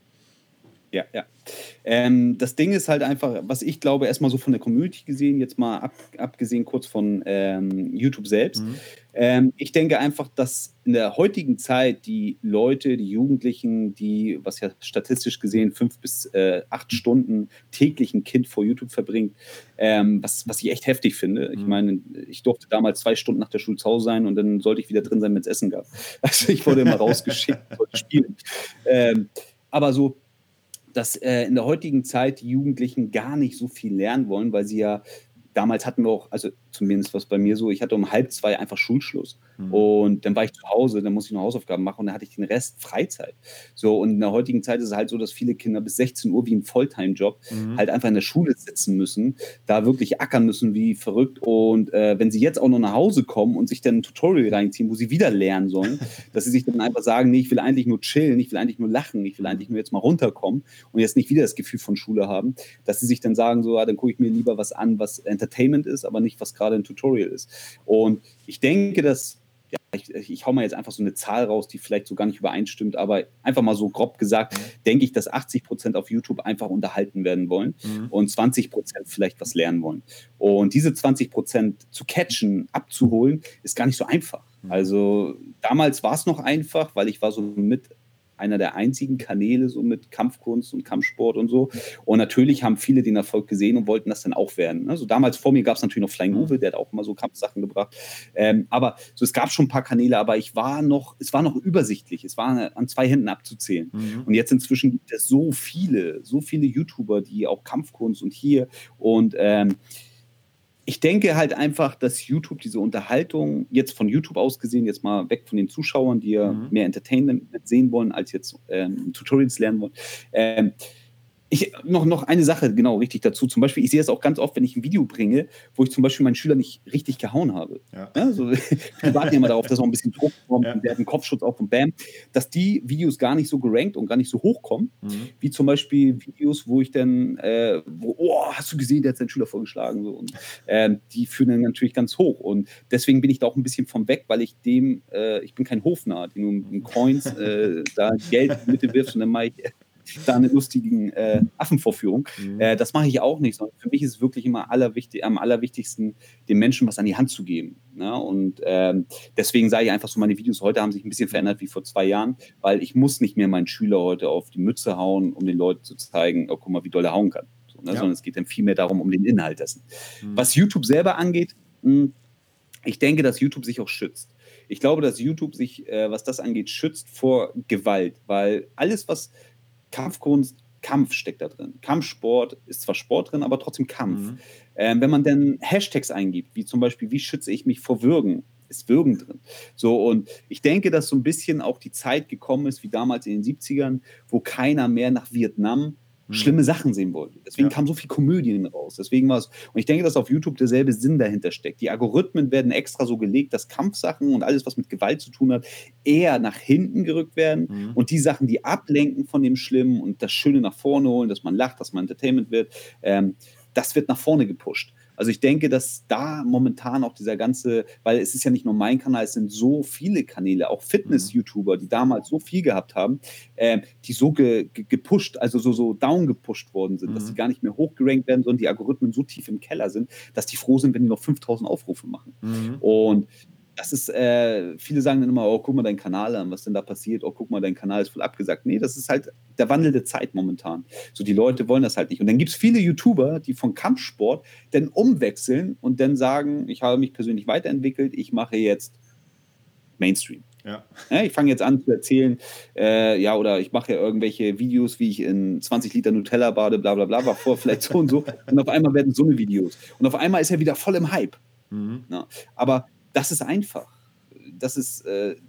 Ja, ja. Ähm, das Ding ist halt einfach, was ich glaube, erstmal so von der Community gesehen, jetzt mal ab, abgesehen kurz von ähm, YouTube selbst. Mhm. Ähm, ich denke einfach, dass in der heutigen Zeit die Leute, die Jugendlichen, die, was ja statistisch gesehen fünf bis äh, acht Stunden täglich ein Kind vor YouTube verbringt, ähm, was, was ich echt heftig finde. Ich Mhm. meine, ich durfte damals zwei Stunden nach der Schule zu Hause sein und dann sollte ich wieder drin sein, wenn es Essen gab. Also ich wurde immer rausgeschickt, sollte spielen. Ähm, aber so, dass äh, in der heutigen Zeit die Jugendlichen gar nicht so viel lernen wollen, weil sie ja, damals hatten wir auch, also zumindest was bei mir so, ich hatte um halb zwei einfach Schulschluss. Mhm. Und dann war ich zu Hause, dann musste ich noch Hausaufgaben machen und dann hatte ich den Rest Freizeit. So, und in der heutigen Zeit ist es halt so, dass viele Kinder bis sechzehn Uhr wie ein Volltime-Job Mhm. halt einfach in der Schule sitzen müssen, da wirklich ackern müssen wie verrückt. Und äh, wenn sie jetzt auch noch nach Hause kommen und sich dann ein Tutorial reinziehen, wo sie wieder lernen sollen, dass sie sich dann einfach sagen, nee, ich will eigentlich nur chillen, ich will eigentlich nur lachen, ich will eigentlich nur jetzt mal runterkommen und jetzt nicht wieder das Gefühl von Schule haben, dass sie sich dann sagen, so, ah, dann gucke ich mir lieber was an, was Entertainment ist, aber nicht, was gerade ein Tutorial ist. Und ich denke, dass, ja, ich, ich hau mal jetzt einfach so eine Zahl raus, die vielleicht so gar nicht übereinstimmt, aber einfach mal so grob gesagt, denke ich, dass achtzig Prozent auf YouTube einfach unterhalten werden wollen Mhm. und zwanzig Prozent vielleicht was lernen wollen. Und diese zwanzig Prozent zu catchen, abzuholen, ist gar nicht so einfach. Mhm. Also damals war es noch einfach, weil ich war so mit einer der einzigen Kanäle so mit Kampfkunst und Kampfsport und so. Und natürlich haben viele den Erfolg gesehen und wollten das dann auch werden. Also damals vor mir gab es natürlich noch Flying Uwe, der hat auch immer so Kampfsachen gebracht. Ähm, aber so, es gab schon ein paar Kanäle, aber ich war noch, es war noch übersichtlich. Es war an zwei Händen abzuzählen. Mhm. Und jetzt inzwischen gibt es so viele, so viele YouTuber, die auch Kampfkunst und hier und ähm, ich denke halt einfach, dass YouTube diese Unterhaltung, jetzt von YouTube aus gesehen, jetzt mal weg von den Zuschauern, die ja Mhm. mehr Entertainment sehen wollen, als jetzt ähm, Tutorials lernen wollen. Ähm, ich, noch, noch eine Sache, genau, richtig dazu. Zum Beispiel, ich sehe es auch ganz oft, wenn ich ein Video bringe, wo ich zum Beispiel meinen Schüler nicht richtig gehauen habe. Ja. Ja, so, wir warten ja immer darauf, dass auch ein bisschen Druck kommt Ja. und der hat einen Kopfschutz auf und bam, dass die Videos gar nicht so gerankt und gar nicht so hoch kommen, Mhm. wie zum Beispiel Videos, wo ich dann, äh, wo, oh, hast du gesehen, der hat seinen Schüler vorgeschlagen. So, und ähm, die führen dann natürlich ganz hoch. Und deswegen bin ich da auch ein bisschen vom weg, weil ich dem, äh, ich bin kein Hofnarr, der nur mit Coins äh, da Geld in die Mitte wirft und dann mache ich da eine lustige äh, Affenvorführung. Mhm. Äh, das mache ich auch nicht, sondern für mich ist es wirklich immer allerwichtig, am allerwichtigsten, den Menschen was an die Hand zu geben. Ne? Und ähm, deswegen sage ich einfach so, meine Videos heute haben sich ein bisschen verändert wie vor zwei Jahren, weil ich muss nicht mehr meinen Schüler heute auf die Mütze hauen, um den Leuten zu zeigen, oh, guck mal, wie doll er hauen kann. So, ne? Ja. Sondern es geht dann viel mehr darum, um den Inhalt dessen. Mhm. Was YouTube selber angeht, mh, ich denke, dass YouTube sich auch schützt. Ich glaube, dass YouTube sich, äh, was das angeht, schützt vor Gewalt, weil alles, was Kampfkunst, Kampf steckt da drin. Kampfsport ist zwar Sport drin, aber trotzdem Kampf. Mhm. Ähm, wenn man dann Hashtags eingibt, wie zum Beispiel, wie schütze ich mich vor Würgen, ist Würgen drin. So, und ich denke, dass so ein bisschen auch die Zeit gekommen ist, wie damals in den siebzigern, wo keiner mehr nach Vietnam schlimme Sachen sehen wollte. Deswegen Ja. kamen so viele Komödien raus. Deswegen war es, und ich denke, dass auf YouTube derselbe Sinn dahinter steckt. Die Algorithmen werden extra so gelegt, dass Kampfsachen und alles, was mit Gewalt zu tun hat, eher nach hinten gerückt werden. Mhm. Und die Sachen, die ablenken von dem Schlimmen und das Schöne nach vorne holen, dass man lacht, dass man Entertainment wird, ähm, das wird nach vorne gepusht. Also ich denke, dass da momentan auch dieser ganze, weil es ist ja nicht nur mein Kanal, es sind so viele Kanäle, auch Fitness-YouTuber, die damals so viel gehabt haben, äh, die so ge, ge, gepusht, also so, so down gepusht worden sind, Mhm. dass die gar nicht mehr hochgerankt werden, sondern die Algorithmen so tief im Keller sind, dass die froh sind, wenn die noch fünftausend Aufrufe machen. Mhm. Und das ist, äh, viele sagen dann immer, oh, guck mal deinen Kanal an, was denn da passiert, oh, guck mal, dein Kanal ist voll abgesagt. Nee, das ist halt der Wandel der Zeit momentan. So, die Leute wollen das halt nicht. Und dann gibt es viele YouTuber, die von Kampfsport dann umwechseln und dann sagen, ich habe mich persönlich weiterentwickelt, ich mache jetzt Mainstream. Ja. Ja, ich fange jetzt an zu erzählen, äh, ja, oder ich mache ja irgendwelche Videos, wie ich in zwanzig Liter Nutella bade, bla bla bla, war vorher vielleicht so und so. Und auf einmal werden so eine Videos. Und auf einmal ist er wieder voll im Hype. Mhm. Ja, aber das ist einfach. Das ist, äh, das,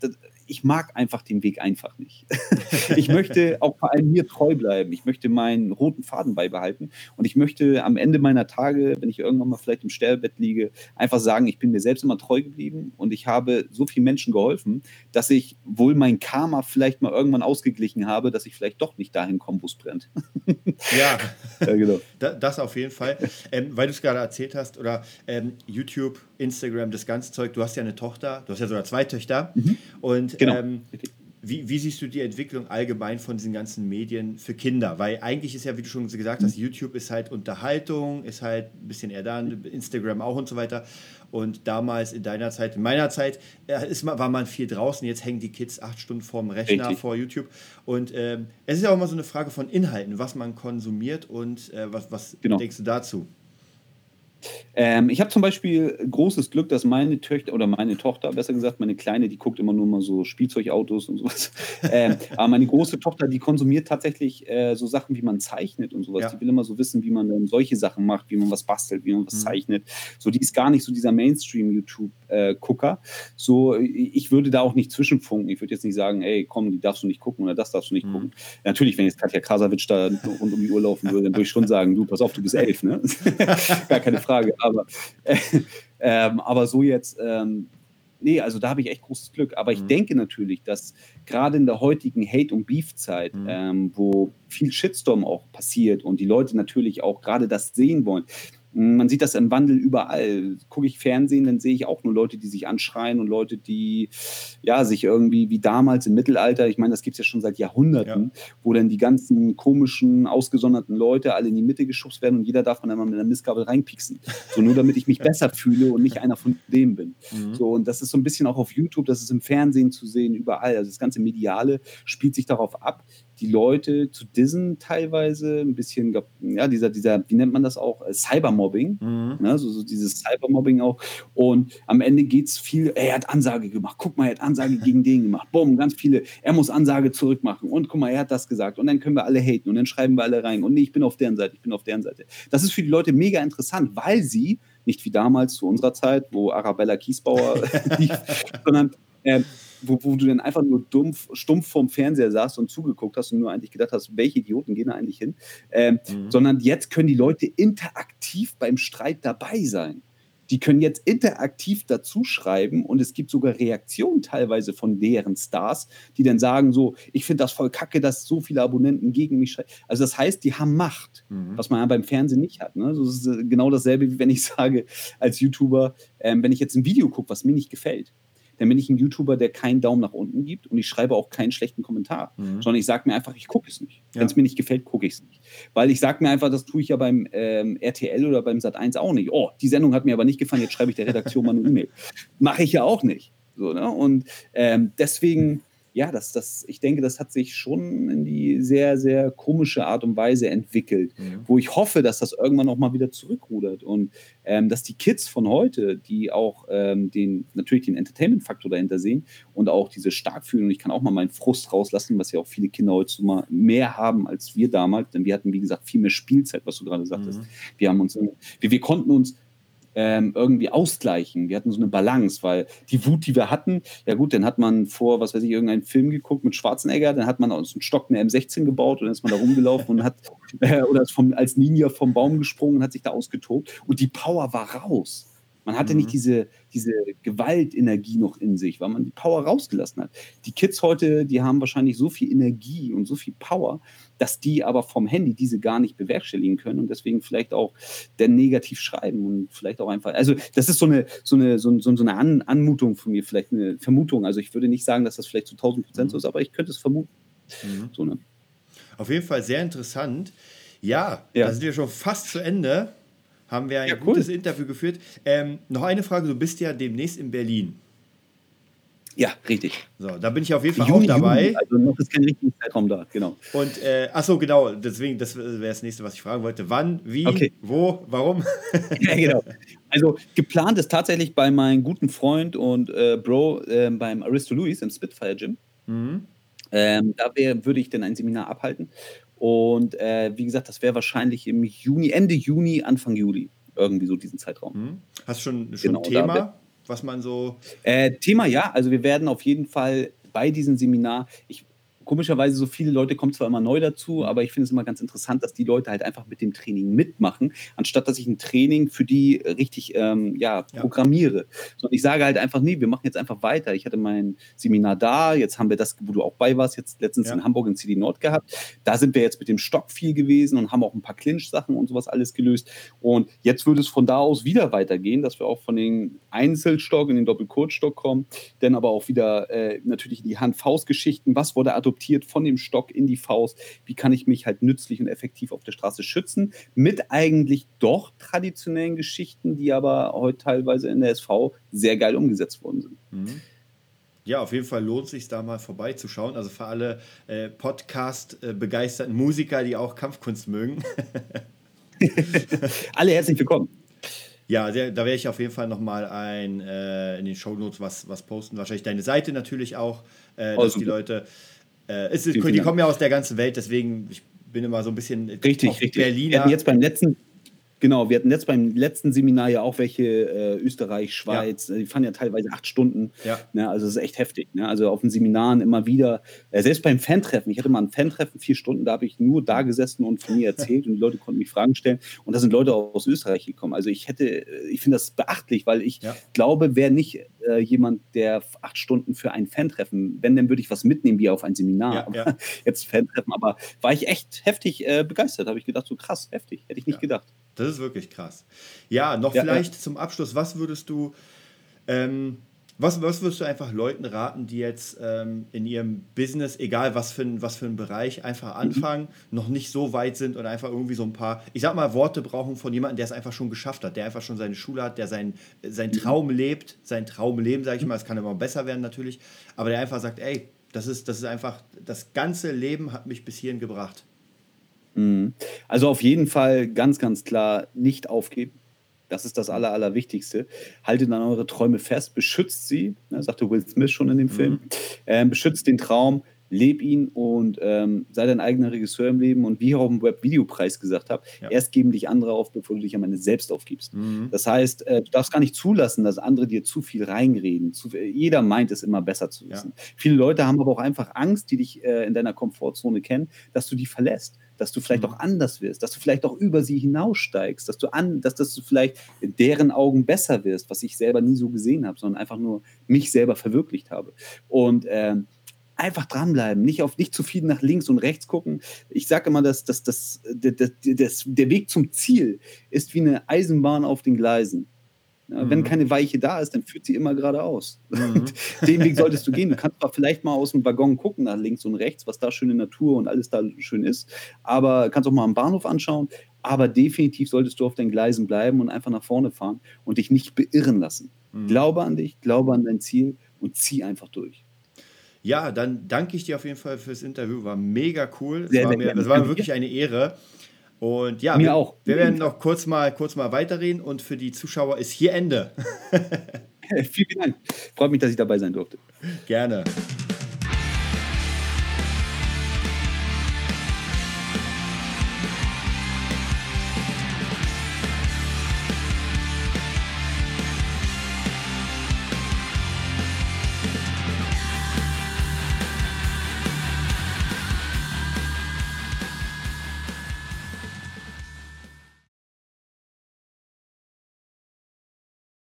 ich mag einfach den Weg einfach nicht. Ich möchte auch vor allem mir treu bleiben. Ich möchte meinen roten Faden beibehalten und ich möchte am Ende meiner Tage, wenn ich irgendwann mal vielleicht im Sterbebett liege, einfach sagen, ich bin mir selbst immer treu geblieben und ich habe so vielen Menschen geholfen, dass ich wohl mein Karma vielleicht mal irgendwann ausgeglichen habe, dass ich vielleicht doch nicht dahin komme, wo es brennt. Ja, Ja, genau. da- das auf jeden Fall. Ähm, weil du es gerade erzählt hast, oder ähm, YouTube, Instagram, das ganze Zeug, du hast ja eine Tochter, du hast ja sogar zwei Töchter. Mhm. Und Genau. ähm, wie, wie siehst du die Entwicklung allgemein von diesen ganzen Medien für Kinder? Weil eigentlich ist ja, wie du schon gesagt hast, YouTube ist halt Unterhaltung, ist halt ein bisschen eher dann, Instagram auch und so weiter. Und damals in deiner Zeit, in meiner Zeit, äh, ist, man- war man viel draußen. Jetzt hängen die Kids acht Stunden vorm Rechner, Richtig. vor YouTube. Und ähm, es ist ja auch immer so eine Frage von Inhalten, was man konsumiert und äh, was, was Genau. denkst du dazu? Ähm, ich habe zum Beispiel großes Glück, dass meine Töchter oder meine Tochter, besser gesagt, meine Kleine, die guckt immer nur mal so Spielzeugautos und sowas. Ähm, aber meine große Tochter, die konsumiert tatsächlich äh, so Sachen, wie man zeichnet und sowas. Ja. Die will immer so wissen, wie man dann solche Sachen macht, wie man was bastelt, wie man was Mhm. zeichnet. So, die ist gar nicht so dieser Mainstream-YouTube-Gucker. So, ich würde da auch nicht zwischenfunken. Ich würde jetzt nicht sagen, ey, komm, die darfst du nicht gucken oder das darfst du nicht Mhm. gucken. Natürlich, wenn jetzt Katja Krasavitsch da rund um die Uhr laufen würde, dann würde ich schon sagen, du, pass auf, du bist elf, ne? Gar keine Frage. Aber, äh, ähm, aber so jetzt, ähm, nee, also da habe ich echt großes Glück. Aber ich Mhm. denke natürlich, dass gerade in der heutigen Hate- und Beef-Zeit, Mhm. ähm, wo viel Shitstorm auch passiert und die Leute natürlich auch gerade das sehen wollen, man sieht das im Wandel überall. Gucke ich Fernsehen, dann sehe ich auch nur Leute, die sich anschreien und Leute, die ja, sich irgendwie wie damals im Mittelalter, ich meine, das gibt es ja schon seit Jahrhunderten, wo dann die ganzen komischen, ausgesonderten Leute alle in die Mitte geschubst werden und jeder darf man einmal mit einer Mistgabel reinpieksen. So nur damit ich mich besser fühle und nicht einer von denen bin. Mhm. So, und das ist so ein bisschen auch auf YouTube, das ist im Fernsehen zu sehen, überall. Also das ganze Mediale spielt sich darauf ab, die Leute zu dissen teilweise, ein bisschen, ja, dieser, dieser, wie nennt man das auch, äh, Cybermobbing, Mhm. ne? so, so dieses Cybermobbing auch. Und am Ende geht es viel, ey, er hat Ansage gemacht, guck mal, er hat Ansage gegen den gemacht, bumm, ganz viele, er muss Ansage zurückmachen und guck mal, er hat das gesagt und dann können wir alle haten und dann schreiben wir alle rein und nee, ich bin auf deren Seite, ich bin auf deren Seite. Das ist für die Leute mega interessant, weil sie, nicht wie damals zu unserer Zeit, wo Arabella Kiesbauer lief, sondern äh, wo, wo du dann einfach nur dumpf, stumpf vorm Fernseher saßt und zugeguckt hast und nur eigentlich gedacht hast, welche Idioten gehen da eigentlich hin, ähm, Mhm. sondern jetzt können die Leute interaktiv beim Streit dabei sein. Die können jetzt interaktiv dazu schreiben und es gibt sogar Reaktionen teilweise von deren Stars, die dann sagen so, ich finde das voll kacke, dass so viele Abonnenten gegen mich schreiben. Also das heißt, die haben Macht, Mhm. was man ja beim Fernsehen nicht hat. Ne? Das ist äh, genau dasselbe, wie wenn ich sage als YouTuber, ähm, wenn ich jetzt ein Video gucke, was mir nicht gefällt, dann bin ich ein YouTuber, der keinen Daumen nach unten gibt und ich schreibe auch keinen schlechten Kommentar, Mhm. sondern ich sage mir einfach, ich gucke es nicht. Ja. Wenn es mir nicht gefällt, gucke ich es nicht. Weil ich sage mir einfach, das tue ich ja beim ähm, R T L oder beim Sat eins auch nicht. Oh, die Sendung hat mir aber nicht gefallen, jetzt schreibe ich der Redaktion mal eine E-Mail. Mache ich ja auch nicht. So, ne? Und ähm, deswegen, ja, das, das, ich denke, das hat sich schon in die sehr, sehr komische Art und Weise entwickelt, Mhm. wo ich hoffe, dass das irgendwann noch mal wieder zurückrudert und ähm, dass die Kids von heute, die auch ähm, den, natürlich den Entertainment-Faktor dahinter sehen und auch diese stark fühlen, und ich kann auch mal meinen Frust rauslassen, was ja auch viele Kinder heute mal mehr haben als wir damals, denn wir hatten, wie gesagt, viel mehr Spielzeit, was du gerade sagtest. Mhm. Wir haben uns, wir, wir konnten uns ähm, irgendwie ausgleichen. Wir hatten so eine Balance, weil die Wut, die wir hatten, ja gut, dann hat man vor, was weiß ich, irgendeinen Film geguckt mit Schwarzenegger, dann hat man aus dem Stock eine M sechzehn gebaut und dann ist man da rumgelaufen und hat, äh, oder ist vom, als Ninja vom Baum gesprungen und hat sich da ausgetobt und die Power war raus. Man hatte Mhm. nicht diese, diese Gewaltenergie noch in sich, weil man die Power rausgelassen hat. Die Kids heute, die haben wahrscheinlich so viel Energie und so viel Power, dass die aber vom Handy diese gar nicht bewerkstelligen können und deswegen vielleicht auch dann negativ schreiben und vielleicht auch einfach, also das ist so eine, so eine, so, so eine An Anmutung von mir, vielleicht eine Vermutung. Also ich würde nicht sagen, dass das vielleicht zu tausend Prozent so ist, aber ich könnte es vermuten. Mhm. So, ne? Auf jeden Fall sehr interessant. Ja, Ja. da sind wir schon fast zu Ende. Haben wir ein Ja, cool. gutes Interview geführt. Ähm, noch eine Frage, du bist ja demnächst in Berlin. Ja, richtig. So, da bin ich auf jeden Fall Juni, auch dabei. Juni, also noch ist kein richtiger Zeitraum da, genau. Und, äh, ach so, genau, deswegen, das wäre das nächste, was ich fragen wollte. Wann, wie, Okay. wo, warum? Ja, genau. Also geplant ist tatsächlich bei meinem guten Freund und äh, Bro äh, beim Aristo Luis im Spitfire Gym. Mhm. Ähm, da wär, würde ich dann ein Seminar abhalten. Und äh, wie gesagt, das wäre wahrscheinlich im Juni, Ende Juni, Anfang Juli. Irgendwie so diesen Zeitraum. Mhm. Hast du schon, schon Genau, ein da Thema, wär- was man so. Äh, Thema ja, also wir werden auf jeden Fall bei diesem Seminar, ich komischerweise, so viele Leute kommen zwar immer neu dazu, aber ich finde es immer ganz interessant, dass die Leute halt einfach mit dem Training mitmachen, anstatt dass ich ein Training für die richtig ähm, ja, Ja. programmiere. Sondern ich sage halt einfach, nee, wir machen jetzt einfach weiter. Ich hatte mein Seminar da, jetzt haben wir das, wo du auch bei warst, jetzt letztens Ja. in Hamburg in C D Nord gehabt. Da sind wir jetzt mit dem Stock viel gewesen und haben auch ein paar Clinch-Sachen und sowas alles gelöst. Und jetzt würde es von da aus wieder weitergehen, dass wir auch von den Einzelstock in den Doppelkurzstock kommen, dann aber auch wieder äh, natürlich in die Hand-Faust-Geschichten. Was wurde adoptiert von dem Stock in die Faust? Wie kann ich mich halt nützlich und effektiv auf der Straße schützen? Mit eigentlich doch traditionellen Geschichten, die aber heute teilweise in der S V sehr geil umgesetzt worden sind. Mhm. Ja, auf jeden Fall lohnt es sich da mal vorbeizuschauen. Also für alle äh, Podcast-begeisterten Musiker, die auch Kampfkunst mögen. Alle herzlich willkommen. Ja, der, da werde ich auf jeden Fall nochmal ein, äh, in den Shownotes was, was posten. Wahrscheinlich deine Seite natürlich auch, äh, Oh, dass die super. Leute, äh, es ist, Vielen, vielen die Dank. kommen ja aus der ganzen Welt, deswegen ich bin immer so ein bisschen Richtig, auf richtig. Wir hatten Berliner. jetzt beim letzten, genau, wir hatten jetzt beim letzten Seminar ja auch welche äh, Österreich, Schweiz, äh, die fahren ja teilweise acht Stunden. Ja. Ne, also das ist echt heftig. Ne? Also auf den Seminaren immer wieder, äh, selbst beim Fan-Treffen, ich hatte mal ein Fan-Treffen, vier Stunden, da habe ich nur da gesessen und von mir erzählt und die Leute konnten mich Fragen stellen und da sind Leute aus Österreich gekommen. Also ich hätte, äh, ich finde das beachtlich, weil ich Ja. glaube, wäre nicht äh, jemand, der acht Stunden für ein Fan-Treffen, wenn, dann würde ich was mitnehmen wie auf ein Seminar. Ja, Aber ja. jetzt Fan-Treffen, aber war ich echt heftig äh, begeistert, habe ich gedacht, so krass, heftig, hätte ich nicht Ja. gedacht. Das ist wirklich krass. Ja, noch Ja, vielleicht zum Abschluss, was würdest du, ähm, was, was würdest du einfach Leuten raten, die jetzt ähm, in ihrem Business, egal was für, ein, was für ein Bereich, einfach anfangen, noch nicht so weit sind und einfach irgendwie so ein paar, ich sag mal, Worte brauchen von jemandem, der es einfach schon geschafft hat, der einfach schon seine Schule hat, der sein, sein Traum lebt, sein Traumleben, sage ich mal, es kann immer besser werden natürlich, aber der einfach sagt, ey, das ist, das ist einfach, das ganze Leben hat mich bis hierhin gebracht. Mhm. Also auf jeden Fall ganz, ganz klar nicht aufgeben. Das ist das Aller, Allerwichtigste. Haltet an eure Träume fest, beschützt sie, ne, sagte Will Smith schon in dem Film. Ähm, beschützt den Traum, leb ihn und ähm, sei dein eigener Regisseur im Leben. Und wie ich auch im Webvideopreis gesagt habe, Ja. erst geben dich andere auf, bevor du dich am Ende selbst aufgibst. Mhm. Das heißt, äh, du darfst gar nicht zulassen, dass andere dir zu viel reinreden. Zu, jeder meint es immer besser zu wissen. Ja. Viele Leute haben aber auch einfach Angst, die dich äh, in deiner Komfortzone kennen, dass du die verlässt, dass du vielleicht Mhm. auch anders wirst, dass du vielleicht auch über sie hinaussteigst, dass du an, dass, dass du vielleicht in deren Augen besser wirst, was ich selber nie so gesehen habe, sondern einfach nur mich selber verwirklicht habe. Und ähm, einfach dranbleiben, nicht auf nicht zu viel nach links und rechts gucken. Ich sage immer, dass, dass, dass, dass, dass, dass der Weg zum Ziel ist wie eine Eisenbahn auf den Gleisen. Ja, Mhm. wenn keine Weiche da ist, dann führt sie immer geradeaus. Mhm. Den Weg solltest du gehen. Du kannst zwar vielleicht mal aus dem Waggon gucken nach links und rechts, was da schöne Natur und alles da schön ist, aber kannst auch mal am Bahnhof anschauen. Aber definitiv solltest du auf den Gleisen bleiben und einfach nach vorne fahren und dich nicht beirren lassen. Mhm. Glaube an dich, glaube an dein Ziel und zieh einfach durch. Ja, dann danke ich dir auf jeden Fall fürs Interview. War mega cool. Es Sehr, war sehr mir, gerne. es war Danke wirklich dir. eine Ehre. Und ja, Mir wir, auch. wir Auf werden jeden Fall. noch kurz mal, kurz mal weiterreden und für die Zuschauer ist hier Ende. Vielen Dank. Freut mich, dass ich dabei sein durfte. Gerne.